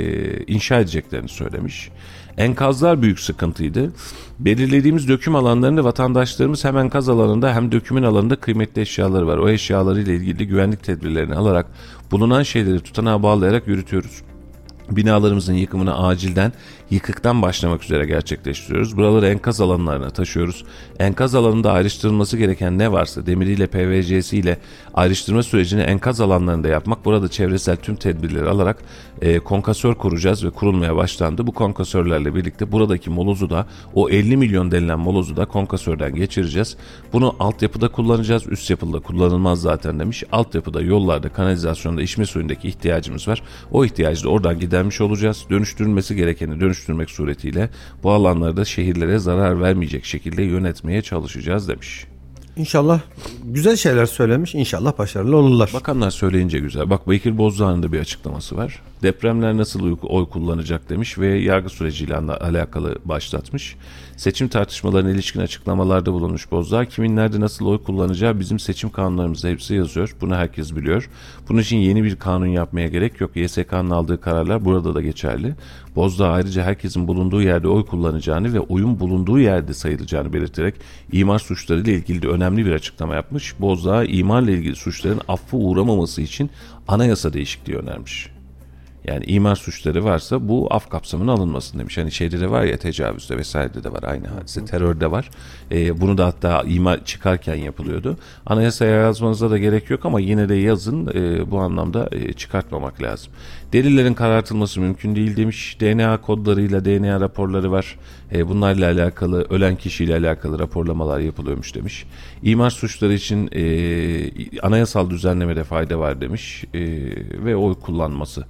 inşa edeceklerini söylemiş. Enkazlar büyük sıkıntıydı. Belirlediğimiz döküm alanlarında vatandaşlarımız hem enkaz alanında hem dökümün alanında kıymetli eşyaları var. O eşyalarıyla ilgili güvenlik tedbirlerini alarak, bulunan şeyleri tutanağa bağlayarak yürütüyoruz. Binalarımızın yıkımını acilden, yıkıktan başlamak üzere gerçekleştiriyoruz. Buraları enkaz alanlarına taşıyoruz. Enkaz alanında ayrıştırılması gereken ne varsa demiriyle, P V C'siyle ayrıştırma sürecini enkaz alanlarında yapmak. Burada çevresel tüm tedbirleri alarak e, konkasör kuracağız ve kurulmaya başlandı. Bu konkasörlerle birlikte buradaki molozu da, o elli milyon denilen molozu da konkasörden geçireceğiz. Bunu altyapıda kullanacağız. Üst yapıda kullanılmaz zaten demiş. Altyapıda, yollarda, kanalizasyonda, içme suyundaki ihtiyacımız var. O ihtiyacı da oradan gidermiş olacağız. Dönüştürülmesi gerekeni dönüştürmek suretiyle bu alanlarda şehirlere zarar vermeyecek şekilde yönetmeye çalışacağız demiş. İnşallah güzel şeyler söylemiş. İnşallah başarılı olurlar. Bakanlar söyleyince güzel. Bak, Bekir Bozdağ'ın da bir açıklaması var. Depremler nasıl oy kullanacak demiş ve yargı süreciyle alakalı başlatmış. Seçim tartışmalarına ilişkin açıklamalarda bulunmuş Bozdağ. Kimin nerede nasıl oy kullanacağı bizim seçim kanunlarımızda hepsi yazıyor. Bunu herkes biliyor. Bunun için yeni bir kanun yapmaya gerek yok. Y S K'nın aldığı kararlar burada da geçerli. Bozdağ ayrıca herkesin bulunduğu yerde oy kullanacağını ve oyun bulunduğu yerde sayılacağını belirterek imar suçları ile ilgili de önemli bir açıklama yapmış. Bozdağ, imarla ilgili suçların affı uğramaması için anayasa değişikliği önermiş. Yani imar suçları varsa bu af kapsamına alınmasın demiş. Hani şeyde de var ya, tecavüzde vesairede de var aynı hadise. Terörde var. Ee, bunu da hatta imar çıkarken yapılıyordu. Anayasaya yazmanıza da gerek yok ama yine de yazın, e, bu anlamda e, çıkartmamak lazım. Delillerin karartılması mümkün değil demiş. D N A kodlarıyla D N A raporları var. E, bunlarla alakalı, ölen kişiyle alakalı raporlamalar yapılıyormuş demiş. İmar suçları için e, anayasal düzenlemede fayda var demiş. E, ve oy kullanması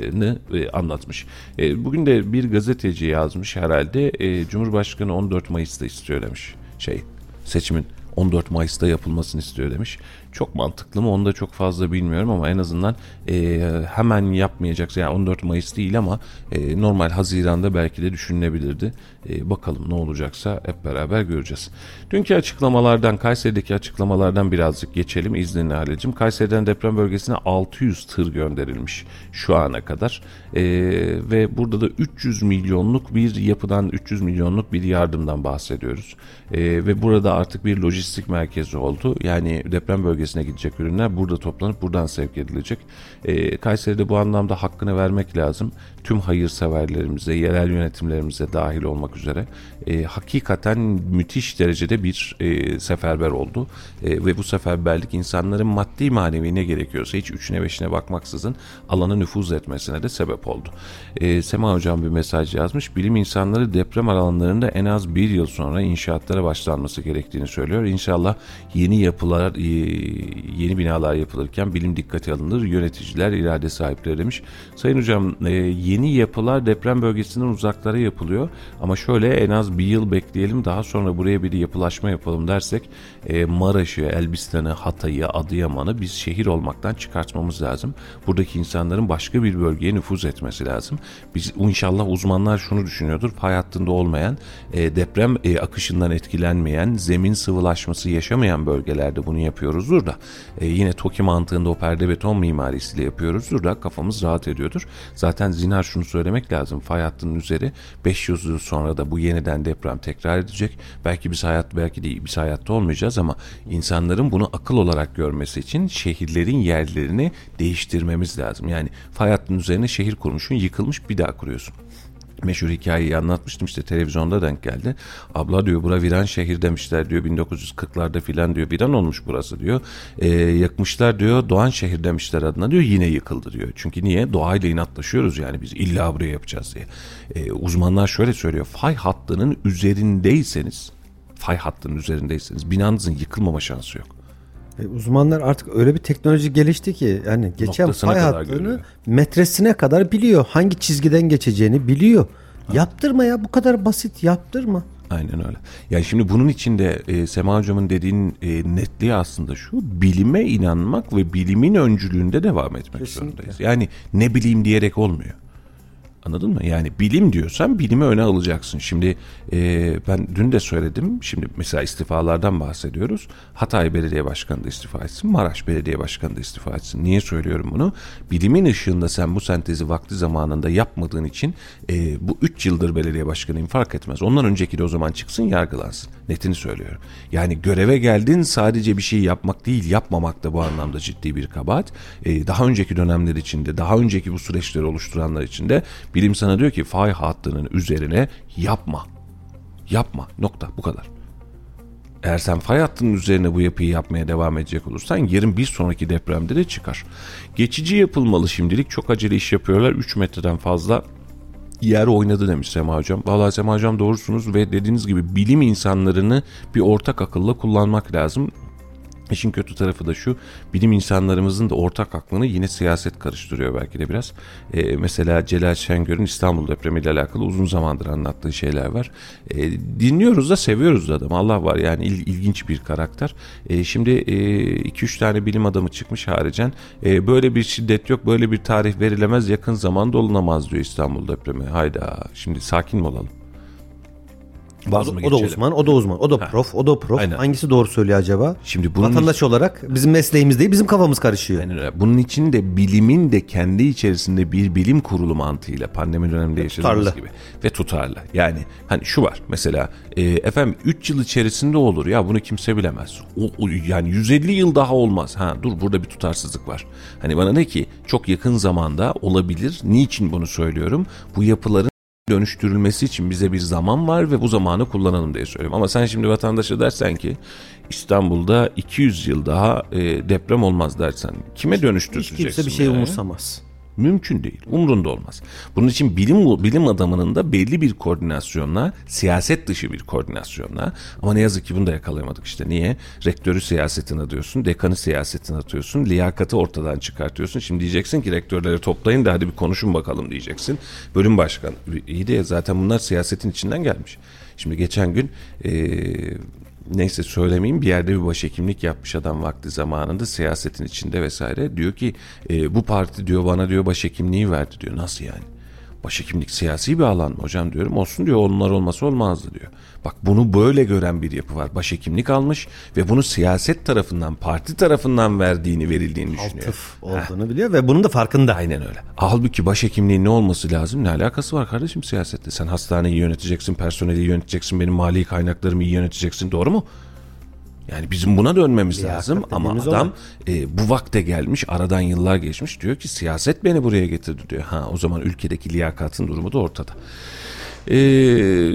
anlatmış. Bugün de bir gazeteci yazmış herhalde, Cumhurbaşkanı on dört Mayıs'ta istiyor demiş. Şey, seçimin on dört Mayıs'ta yapılmasını istiyor demiş. Çok mantıklı mı onu da çok fazla bilmiyorum ama en azından e, hemen yapmayacaksa, yani on dört Mayıs değil ama e, normal Haziran'da belki de düşünülebilirdi. E, bakalım ne olacaksa hep beraber göreceğiz. Dünkü açıklamalardan, Kayseri'deki açıklamalardan birazcık geçelim izninle Halil'cim. Kayseri'den deprem bölgesine altı yüz tır gönderilmiş şu ana kadar. E, ve burada da üç yüz milyonluk bir yapıdan, üç yüz milyonluk bir yardımdan bahsediyoruz. E, ve burada artık bir lojistik merkezi oldu. Yani deprem bölgesi bölgesine gidecek ürünler burada toplanıp buradan sevk edilecek. E, Kayseri'de bu anlamda hakkını vermek lazım. Tüm hayırseverlerimize, yerel yönetimlerimize dahil olmak üzere e, hakikaten müthiş derecede bir e, seferber oldu. E, ve bu seferberlik insanların maddi manevi ne gerekiyorsa hiç üçüne beşine bakmaksızın alana nüfuz etmesine de sebep oldu. E, Sema Hocam bir mesaj yazmış. Bilim insanları deprem alanlarında en az bir yıl sonra inşaatlara başlanması gerektiğini söylüyor. İnşallah yeni yapılar, e, yeni binalar yapılırken bilim dikkate alınır. Yöneticiler irade sahipleri demiş. Sayın Hocam e, yeni yapılar deprem bölgesinden uzaklara yapılıyor. Ama şöyle en az bir yıl bekleyelim. Daha sonra buraya bir yapılaşma yapalım dersek e, Maraş'ı, Elbistan'ı, Hatay'ı, Adıyaman'ı biz şehir olmaktan çıkartmamız lazım. Buradaki insanların başka bir bölgeye nüfuz etmesi lazım. Biz inşallah uzmanlar şunu düşünüyordur. Fay hattında olmayan, e, deprem e, akışından etkilenmeyen, zemin sıvılaşması yaşamayan bölgelerde bunu yapıyoruzdur da e, yine TOKİ mantığında o perde beton mimarisiyle yapıyoruzdur da kafamız rahat ediyordur. Zaten zinhar şunu söylemek lazım. Fay hattının üzeri beş yüz yıl sonra da bu yeniden deprem tekrar edecek. Belki biz hayat belki de biz hayatta olmayacağız ama insanların bunu akıl olarak görmesi için şehirlerin yerlerini değiştirmemiz lazım. Yani fay hattının üzerine şehir kurmuşsun, yıkılmış, bir daha kuruyorsun. Meşhur hikayeyi anlatmıştım, işte televizyonda denk geldi. Abla diyor bura viran şehir demişler diyor, bin dokuz yüz kırklarda filan diyor, viran olmuş burası diyor. E, yakmışlar diyor, Doğan şehir demişler adına diyor, yine yıkıldı diyor. Çünkü niye? Doğayla inatlaşıyoruz yani biz, illa buraya yapacağız diye. E, uzmanlar şöyle söylüyor, fay hattının üzerindeyseniz, fay hattının üzerindeyseniz binanızın yıkılmama şansı yok. E, uzmanlar artık öyle bir teknoloji gelişti ki yani geçen Noktasına fay kadar hattını görüyor. metresine kadar biliyor. Hangi çizgiden geçeceğini biliyor. Ha. Yaptırma ya, bu kadar basit, yaptırma. Aynen öyle. Yani şimdi bunun içinde e, Sema Hocam'ın dediğin e, netliği aslında şu: bilime inanmak ve bilimin öncülüğünde devam etmek Kesinlikle. zorundayız. Yani ne bileyim diyerek olmuyor. Anladın mı? Yani bilim diyorsan bilimi öne alacaksın. Şimdi e, ben dün de söyledim. Şimdi mesela istifalardan bahsediyoruz. Hatay Belediye Başkanı da istifa etsin. Maraş Belediye Başkanı da istifa etsin. Niye söylüyorum bunu? Bilimin ışığında sen bu sentezi vakti zamanında yapmadığın için e, bu üç yıldır belediye başkanıyım fark etmez. Ondan önceki de o zaman çıksın, yargılansın. Netini söylüyorum. Yani göreve geldin, sadece bir şey yapmak değil, yapmamak da bu anlamda ciddi bir kabahat. E, daha önceki dönemler içinde, daha önceki bu süreçleri oluşturanlar içinde bilim sana diyor ki fay hattının üzerine yapma. Yapma. Nokta. Bu kadar. Eğer sen fay hattının üzerine bu yapıyı yapmaya devam edecek olursan yarın bir sonraki depremde de çıkar. Geçici yapılmalı şimdilik. Çok acele iş yapıyorlar. üç metreden fazla yer oynadı demiş Sema Hocam. Vallahi Sema Hocam doğrusunuz ve dediğiniz gibi bilim insanlarını bir ortak akılla kullanmak lazım. İşin kötü tarafı da şu: bilim insanlarımızın da ortak aklını yine siyaset karıştırıyor belki de biraz. Ee, mesela Celal Şengör'ün İstanbul depremiyle alakalı uzun zamandır anlattığı şeyler var. Ee, dinliyoruz da seviyoruz da adam. Allah var yani, il, ilginç bir karakter. Ee, şimdi iki üç tane bilim adamı çıkmış haricen. Ee, böyle bir şiddet yok, böyle bir tarih verilemez, yakın zamanda olunamaz diyor İstanbul depremi. Hayda, şimdi sakin mi olalım? O, o da uzman, o da uzman, o da prof, o da prof. Aynen. Hangisi doğru söylüyor acaba? Şimdi bunun vatandaş için, olarak bizim mesleğimiz değil, bizim kafamız karışıyor. aynen öyle. Bunun için de bilimin de kendi içerisinde bir bilim kurulu mantığıyla pandemi döneminde yaşadığımız tutarlı. gibi ve tutarlı. Yani hani şu var mesela, e, efendim üç yıl içerisinde olur ya, bunu kimse bilemez. O, o, yani yüz elli yıl daha olmaz. Ha dur, burada bir tutarsızlık var. Hani bana ne ki çok yakın zamanda olabilir. Niçin bunu söylüyorum? Bu yapıların dönüştürülmesi için bize bir zaman var ve bu zamanı kullanalım diye söylüyorum. Ama sen şimdi vatandaşa dersen ki İstanbul'da iki yüz yıl daha e, deprem olmaz dersen, kime dönüştüreceksin? Hiç kimse bir şey yani? umursamaz. Mümkün değil. Umrunda olmaz. Bunun için bilim bilim adamının da belli bir koordinasyonla, siyaset dışı bir koordinasyonla, ama ne yazık ki bunu da yakalayamadık işte. Niye? Rektörü siyasetine atıyorsun, dekanı siyasetine atıyorsun, liyakatı ortadan çıkartıyorsun. Şimdi diyeceksin ki rektörleri toplayın da hadi bir konuşun bakalım diyeceksin. Bölüm başkanı. İyi de zaten bunlar siyasetin içinden gelmiş. Şimdi geçen gün eee neyse söylemeyeyim, bir yerde bir başhekimlik yapmış adam vakti zamanında siyasetin içinde vesaire. Diyor ki e, bu parti diyor bana diyor başhekimliği verdi diyor. Nasıl yani? Başhekimlik siyasi bir alan mı hocam diyorum. Olsun diyor, onlar olmasa olmazdı diyor. Bak, bunu böyle gören bir yapı var. Başhekimlik almış ve bunu siyaset tarafından, parti tarafından verdiğini, verildiğini düşünüyor. Altıf olduğunu Heh. biliyor ve bunun da farkında. Aynen öyle. Halbuki başhekimliğin ne olması lazım? Ne alakası var kardeşim siyasette? Sen hastaneyi yöneteceksin, personeli yöneteceksin, benim mali kaynaklarımı iyi yöneteceksin. Doğru mu? Yani bizim buna dönmemiz Liyakat lazım ama dediğimiz adam e, bu vakte gelmiş, aradan yıllar geçmiş, diyor ki siyaset beni buraya getirdi diyor. Ha, o zaman ülkedeki liyakatın durumu da ortada. Eee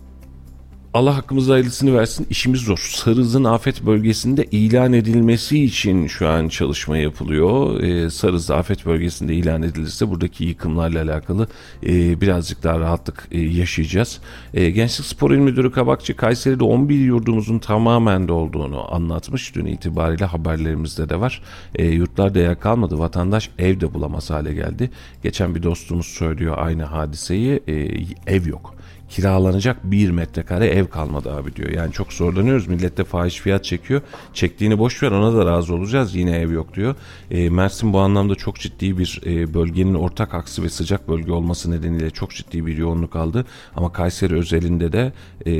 Allah hakkımızda hayırlısını versin. İşimiz zor. Sarız'ın afet bölgesinde ilan edilmesi için şu an çalışma yapılıyor. Ee, Sarız afet bölgesinde ilan edilirse buradaki yıkımlarla alakalı e, birazcık daha rahatlık e, yaşayacağız. E, Gençlik Spor İl Müdürü Kabakçı Kayseri'de on bir yurdumuzun tamamen dolduğunu anlatmış. Dün itibariyle haberlerimizde de var. E, yurtlarda yer kalmadı. Vatandaş ev de bulamaz hale geldi. Geçen bir dostumuz söylüyor aynı hadiseyi. E, ev yok. Kiralanacak bir metrekare ev kalmadı abi diyor. Yani çok zorlanıyoruz. Millet de fahiş fiyat çekiyor. Çektiğini boş ver, ona da razı olacağız. Yine ev yok diyor. E, Mersin bu anlamda çok ciddi bir e, bölgenin ortak aksı ve sıcak bölge olması nedeniyle çok ciddi bir yoğunluk aldı. Ama Kayseri özelinde de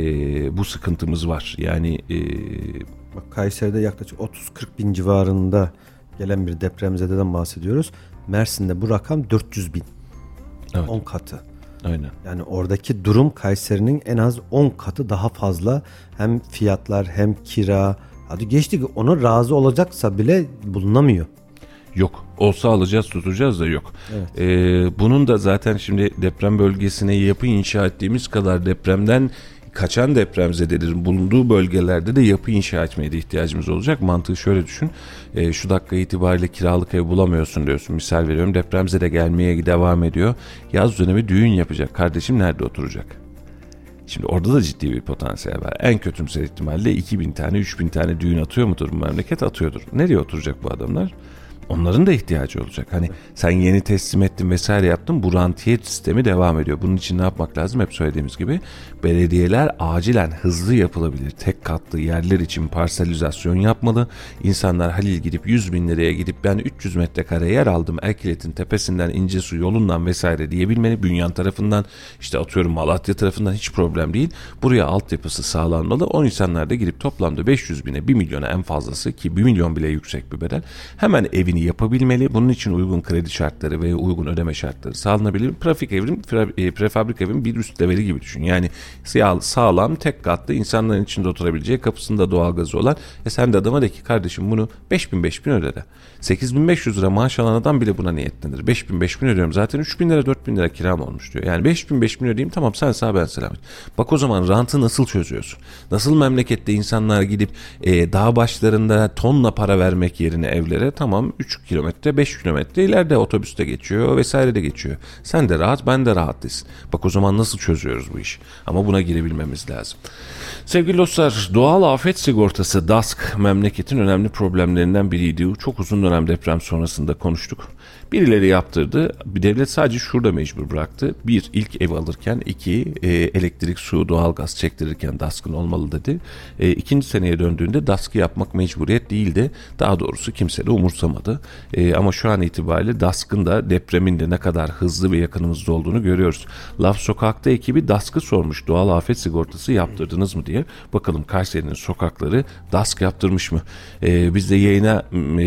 e, bu sıkıntımız var. Yani e, Bak, Kayseri'de yaklaşık otuz kırk bin civarında gelen bir depremzededen bahsediyoruz. Mersin'de bu rakam dört yüz bin. Evet. on katı. Aynen. Yani oradaki durum Kayseri'nin en az on katı daha fazla. Hem fiyatlar hem kira. Hadi geçtik, ona razı olacaksa bile bulunamıyor. Yok. Olsa alacağız, tutacağız da yok. Evet. Ee, bunun da zaten şimdi deprem bölgesine yapı inşa ettiğimiz kadar depremden kaçan depremzedelerin bulunduğu bölgelerde de yapı inşa etmeye de ihtiyacımız olacak. Mantığı şöyle düşün. E, şu dakika itibariyle kiralık ev bulamıyorsun diyorsun. Misal veriyorum, depremzede gelmeye devam ediyor. Yaz dönemi düğün yapacak. Kardeşim nerede oturacak? Şimdi orada da ciddi bir potansiyel var. En kötümser ihtimalle iki bin tane, üç bin tane düğün atıyor mudur bu memleket? Atıyordur. Nereye oturacak bu adamlar? Onların da ihtiyacı olacak. Hani sen yeni teslim ettin vesaire yaptın, bu rantiye sistemi devam ediyor. Bunun için ne yapmak lazım? Hep söylediğimiz gibi belediyeler acilen hızlı yapılabilir tek katlı yerler için parselizasyon yapmalı. İnsanlar Halil gidip yüz bin liraya gidip ben üç yüz metrekare yer aldım Erkilet'in tepesinden, İncesu yolundan vesaire diyebilmeli. Bünyan tarafından, işte atıyorum Malatya tarafından hiç problem değil. Buraya altyapısı sağlanmalı. O insanlar da gidip toplamda beş yüz bine, bir milyona en fazlası, ki bir milyon bile yüksek bir bedel, hemen evini yapabilmeli. Bunun için uygun kredi şartları ve uygun ödeme şartları sağlanabilir. Prefabrik evin, prefabrik evin bir üst leveli gibi düşün. Yani sağlam, tek katlı, insanların içinde oturabileceği, kapısında doğalgazı olan. E sen de adama de ki kardeşim bunu beş bin beş bin öde de. sekiz bin beş yüz lira maaş alan adam bile buna niyetlenir. beş bin beş bin ödüyorum zaten, üç bin lira dört bin lira kiram olmuş diyor. Yani beş bin beş bin ödeyeyim, tamam sen sağ ben selamet. Bak o zaman rantı nasıl çözüyorsun? Nasıl memlekette insanlar gidip e, dağ başlarında tonla para vermek yerine evlere, tamam üç kilometre beş kilometre ileride otobüste geçiyor vesaire de geçiyor. Sen de rahat, ben de rahat desin. Bak o zaman nasıl çözüyoruz bu işi? Ama buna girebilmemiz lazım. Sevgili dostlar, doğal afet sigortası D A S K memleketin önemli problemlerinden biriydi. Çok uzun dönem deprem sonrasında konuştuk. Birileri yaptırdı. Bir devlet sadece şurada mecbur bıraktı. Bir, ilk ev alırken. iki e, elektrik, su, doğalgaz çektirirken D A S K'ın olmalı dedi. E, ikinci seneye döndüğünde D A S K'ı yapmak mecburiyet değildi. Daha doğrusu kimse de umursamadı. E, ama şu an itibariyle D A S K'ın da depremin de ne kadar hızlı ve yakınımızda olduğunu görüyoruz. Laf Sokak'ta ekibi D A S K'ı sormuş. Doğal afet sigortası yaptırdınız mı diye. Bakalım Kayseri'nin sokakları D A S K yaptırmış mı? E, biz de yayına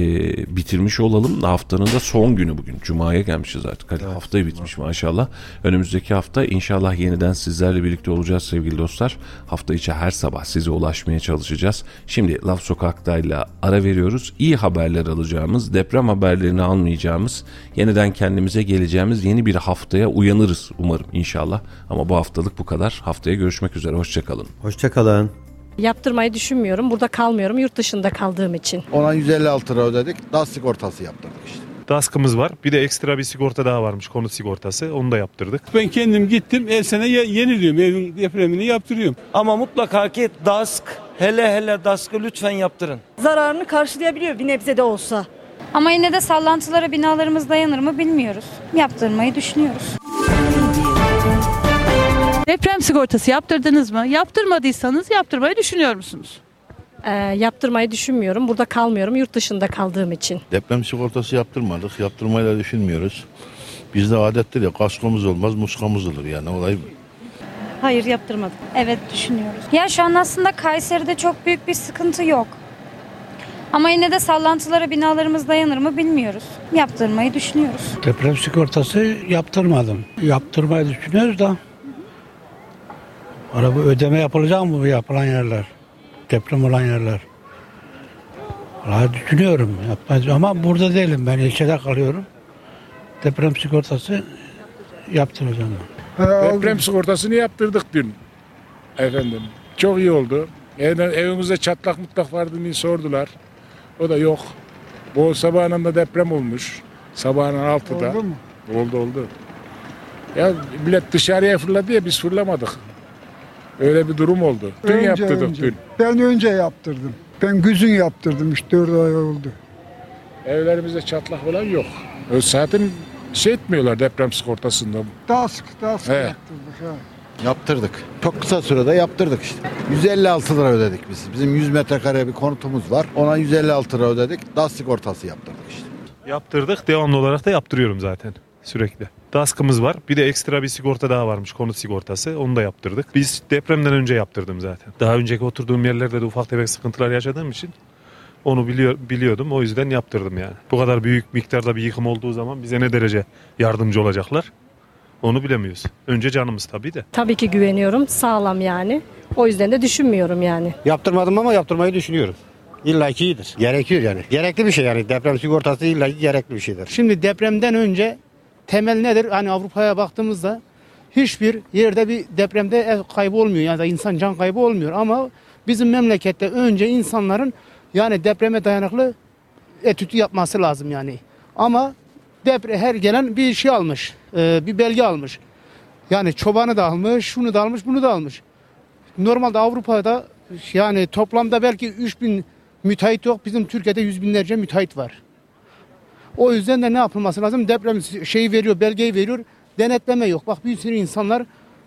e, bitirmiş olalım. Haftanın da son günü bugün. Cuma'ya gelmişiz artık. Hadi evet, haftayı bitmiş maşallah. Önümüzdeki hafta inşallah yeniden sizlerle birlikte olacağız sevgili dostlar. Hafta içi her sabah size ulaşmaya çalışacağız. Şimdi Laf Sokak'tayla ara veriyoruz. İyi haberler alacağımız, deprem haberlerini almayacağımız, yeniden kendimize geleceğimiz yeni bir haftaya uyanırız umarım inşallah. Ama bu haftalık bu kadar. Haftaya görüşmek üzere. Hoşçakalın. Hoşçakalın. Yaptırmayı düşünmüyorum. Burada kalmıyorum. Yurt dışında kaldığım için. Ona yüz elli altı lira ödedik. D A S sigortası yaptırdık işte. D A S K'ımız var. Bir de ekstra bir sigorta daha varmış. Konut sigortası. Onu da yaptırdık. Ben kendim gittim. Her sene yeniliyorum. Evin depremini yaptırıyorum. Ama mutlaka ki D A S K, hele hele D A S K'ı lütfen yaptırın. Zararını karşılayabiliyor bir nebze de olsa. Ama yine de sallantılara binalarımız dayanır mı bilmiyoruz. Yaptırmayı düşünüyoruz. Deprem sigortası yaptırdınız mı? Yaptırmadıysanız yaptırmayı düşünüyor musunuz? Ee, yaptırmayı düşünmüyorum. Burada kalmıyorum. Yurt dışında kaldığım için. Deprem sigortası yaptırmadık. Yaptırmayı da düşünmüyoruz. Bizde adettir ya, kaskomuz olmaz, muskamız olur yani, olay bu. Hayır, yaptırmadık. Evet, düşünüyoruz. Ya şu an aslında Kayseri'de çok büyük bir sıkıntı yok. Ama yine de sallantılara binalarımız dayanır mı bilmiyoruz. Yaptırmayı düşünüyoruz. Deprem sigortası yaptırmadım. Yaptırmayı düşünüyoruz da. Araba ödeme yapılacak mı bu yapılan yerler? Deprem olan yerler. Vallahi düşünüyorum yapmaz ama burada değilim, ben ilçede kalıyorum. Deprem sigortası yaptıracağım. Deprem sigortasını yaptırdık dün. Efendim çok iyi oldu. Evden, evimizde çatlak mutlak vardı diye sordular. O da yok. Bu sabahında deprem olmuş. Sabahın altıda. Oldu mu? Oldu oldu. Ya millet dışarıya fırladı ya biz fırlamadık. Öyle bir durum oldu. Dün Önce, yaptırdık önce. dün. Ben önce yaptırdım. Ben güzün yaptırdım, üç dört ay oldu. Evlerimizde çatlak falan yok. O zaten şey etmiyorlar deprem sigortasında. Dask, dask He. yaptırdık. Ha. Yaptırdık. Çok kısa sürede yaptırdık işte. yüz elli altı lira ödedik biz. Bizim yüz metrekare bir konutumuz var. Ona yüz elli altı lira ödedik. D A S sigortası yaptırdık işte. Yaptırdık. Devamlı olarak da yaptırıyorum zaten. Sürekli. Daskımız var. Bir de ekstra bir sigorta daha varmış. Konut sigortası. Onu da yaptırdık. Biz depremden önce yaptırdım zaten. Daha önceki oturduğum yerlerde de ufak tefek sıkıntılar yaşadığım için onu biliyor, biliyordum. O yüzden yaptırdım yani. Bu kadar büyük miktarda bir yıkım olduğu zaman bize ne derece yardımcı olacaklar? Onu bilemiyoruz. Önce canımız tabii de. Tabii ki güveniyorum. Sağlam yani. O yüzden de düşünmüyorum yani. Yaptırmadım ama yaptırmayı düşünüyorum. İlla ki iyidir. Gerekiyor yani. Gerekli bir şey yani. Deprem sigortası illa ki gerekli bir şeydir. Şimdi depremden önce temel nedir? Hani Avrupa'ya baktığımızda hiçbir yerde bir depremde ev kaybı olmuyor ya da insan can kaybı olmuyor. Ama bizim memlekette önce insanların yani depreme dayanıklı etütü yapması lazım yani. Ama deprem her gelen bir şey almış, bir belge almış. Yani çobanı da almış, şunu da almış, bunu da almış. Normalde Avrupa'da yani toplamda belki üç bin müteahhit yok. Bizim Türkiye'de yüz binlerce müteahhit var. O yüzden de ne yapılması lazım? Deprem şeyi veriyor, belgeyi veriyor. Denetleme yok. Bak bir sürü insanlar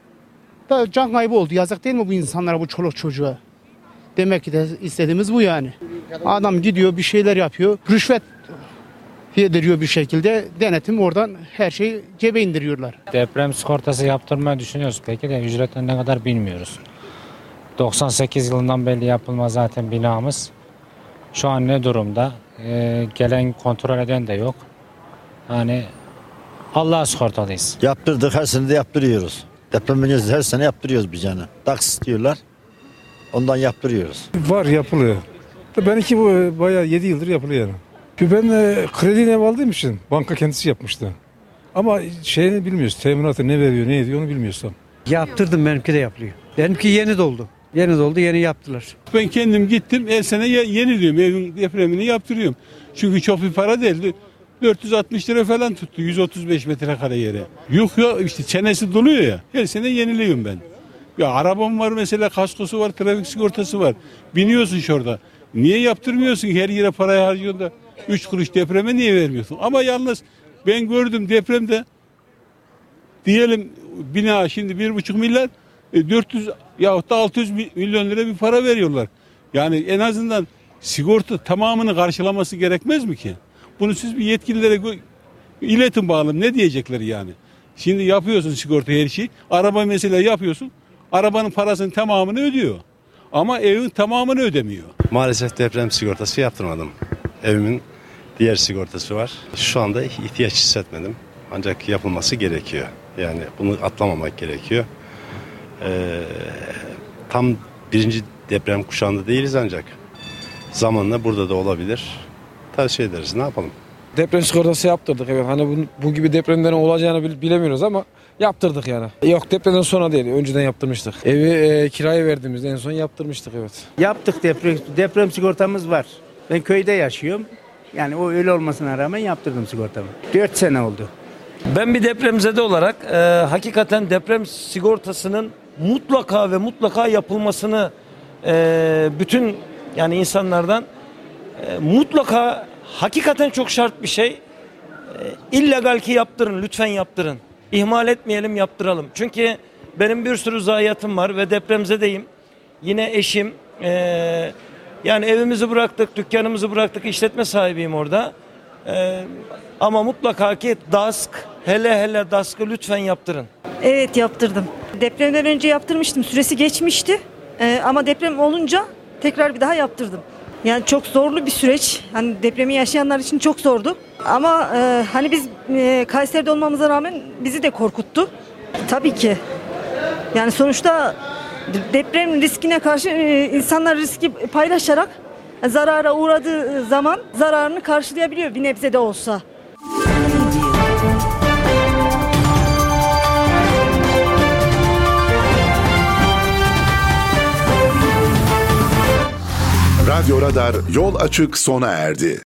da can kaybı oldu. Yazık değil mi bu insanlara, bu çoluk çocuğa? Demek ki de istediğimiz bu yani. Adam gidiyor bir şeyler yapıyor. Rüşvet yediriyor bir şekilde. Denetim oradan her şeyi cebe indiriyorlar. Deprem sigortası yaptırmayı düşünüyoruz. Peki de ücretleri ne kadar bilmiyoruz. doksan sekiz yılından beri yapılma zaten binamız. Şu an ne durumda? Ee, gelen kontrol eden de yok. Hani Allah'a sigortalıyız. Yaptırdık, her sene de yaptırıyoruz. Deprem öncesi her sene yaptırıyoruz biz yani. Taksit diyorlar. Ondan yaptırıyoruz. Var, yapılıyor. Benimki bu bayağı yedi yıldır yapılıyor yani. Ben e, krediyle ev aldığım için banka kendisi yapmıştı. Ama şeyini bilmiyoruz. Teminatı ne veriyor, ne ediyor onu bilmiyoruz tam. Yaptırdım, benimki de yapılıyor. Benimki yeni doldu. Yeni doldu, yeni yaptılar. Ben kendim gittim, her sene yeniliyorum. Evin depremini yaptırıyorum. Çünkü çok bir para değildi. dört yüz altmış lira falan tuttu yüz otuz beş metrekare yere. Yok ya işte çenesi doluyor ya. Her sene yeniliyorum ben. Ya arabam var mesela, kaskosu var, trafik sigortası var. Biniyorsun şurada. Niye yaptırmıyorsun? Her yere parayı harcıyorsun da üç kuruş depreme niye vermiyorsun? Ama yalnız ben gördüm depremde diyelim bina şimdi bir buçuk milyar dört yüz yahut da altı yüz milyon lira bir para veriyorlar. Yani en azından sigorta tamamını karşılaması gerekmez mi ki? Bunu siz bir yetkililere iletin bakalım, ne diyecekler yani. Şimdi yapıyorsun sigorta her şeyi. Araba mesela yapıyorsun. Arabanın parasının tamamını ödüyor. Ama evin tamamını ödemiyor. Maalesef deprem sigortası yaptırmadım. Evimin diğer sigortası var. Şu anda ihtiyaç hissetmedim. Ancak yapılması gerekiyor. Yani bunu atlamamak gerekiyor. Ee, tam birinci deprem kuşağında değiliz ancak zamanla burada da olabilir. Tavsiye ederiz. Ne yapalım? Deprem sigortası yaptırdık. Evet. Hani bu, bu gibi depremlerin olacağını bilemiyoruz ama yaptırdık yani. Yok, depremden sonra değil. Önceden yaptırmıştık. Evi e, kiraya verdiğimizde en son yaptırmıştık, evet. Yaptık, deprem, deprem sigortamız var. Ben köyde yaşıyorum. Yani o öyle olmasına rağmen yaptırdım sigortamı. dört sene oldu. Ben bir depremzede olarak e, hakikaten deprem sigortasının mutlaka ve mutlaka yapılmasını e, bütün yani insanlardan e, mutlaka hakikaten çok şart bir şey. E, illegal ki yaptırın, lütfen yaptırın. İhmal etmeyelim, yaptıralım. Çünkü benim bir sürü zayiatım var ve depremzedeyim. Yine eşim, e, yani evimizi bıraktık, dükkanımızı bıraktık, işletme sahibiyim orada. E, ama mutlaka ki DASK, hele hele DASK'ı lütfen yaptırın. Evet, yaptırdım. Depremden önce yaptırmıştım. Süresi geçmişti. Ee, ama deprem olunca tekrar bir daha yaptırdım. Yani çok zorlu bir süreç. Hani depremi yaşayanlar için çok zordu. Ama e, hani biz e, Kayseri'de olmamıza rağmen bizi de korkuttu. Tabii ki. Yani sonuçta deprem riskine karşı e, insanlar riski paylaşarak zarara uğradığı zaman zararını karşılayabiliyor bir nebze de olsa. Radyo Radar yol açık sona erdi.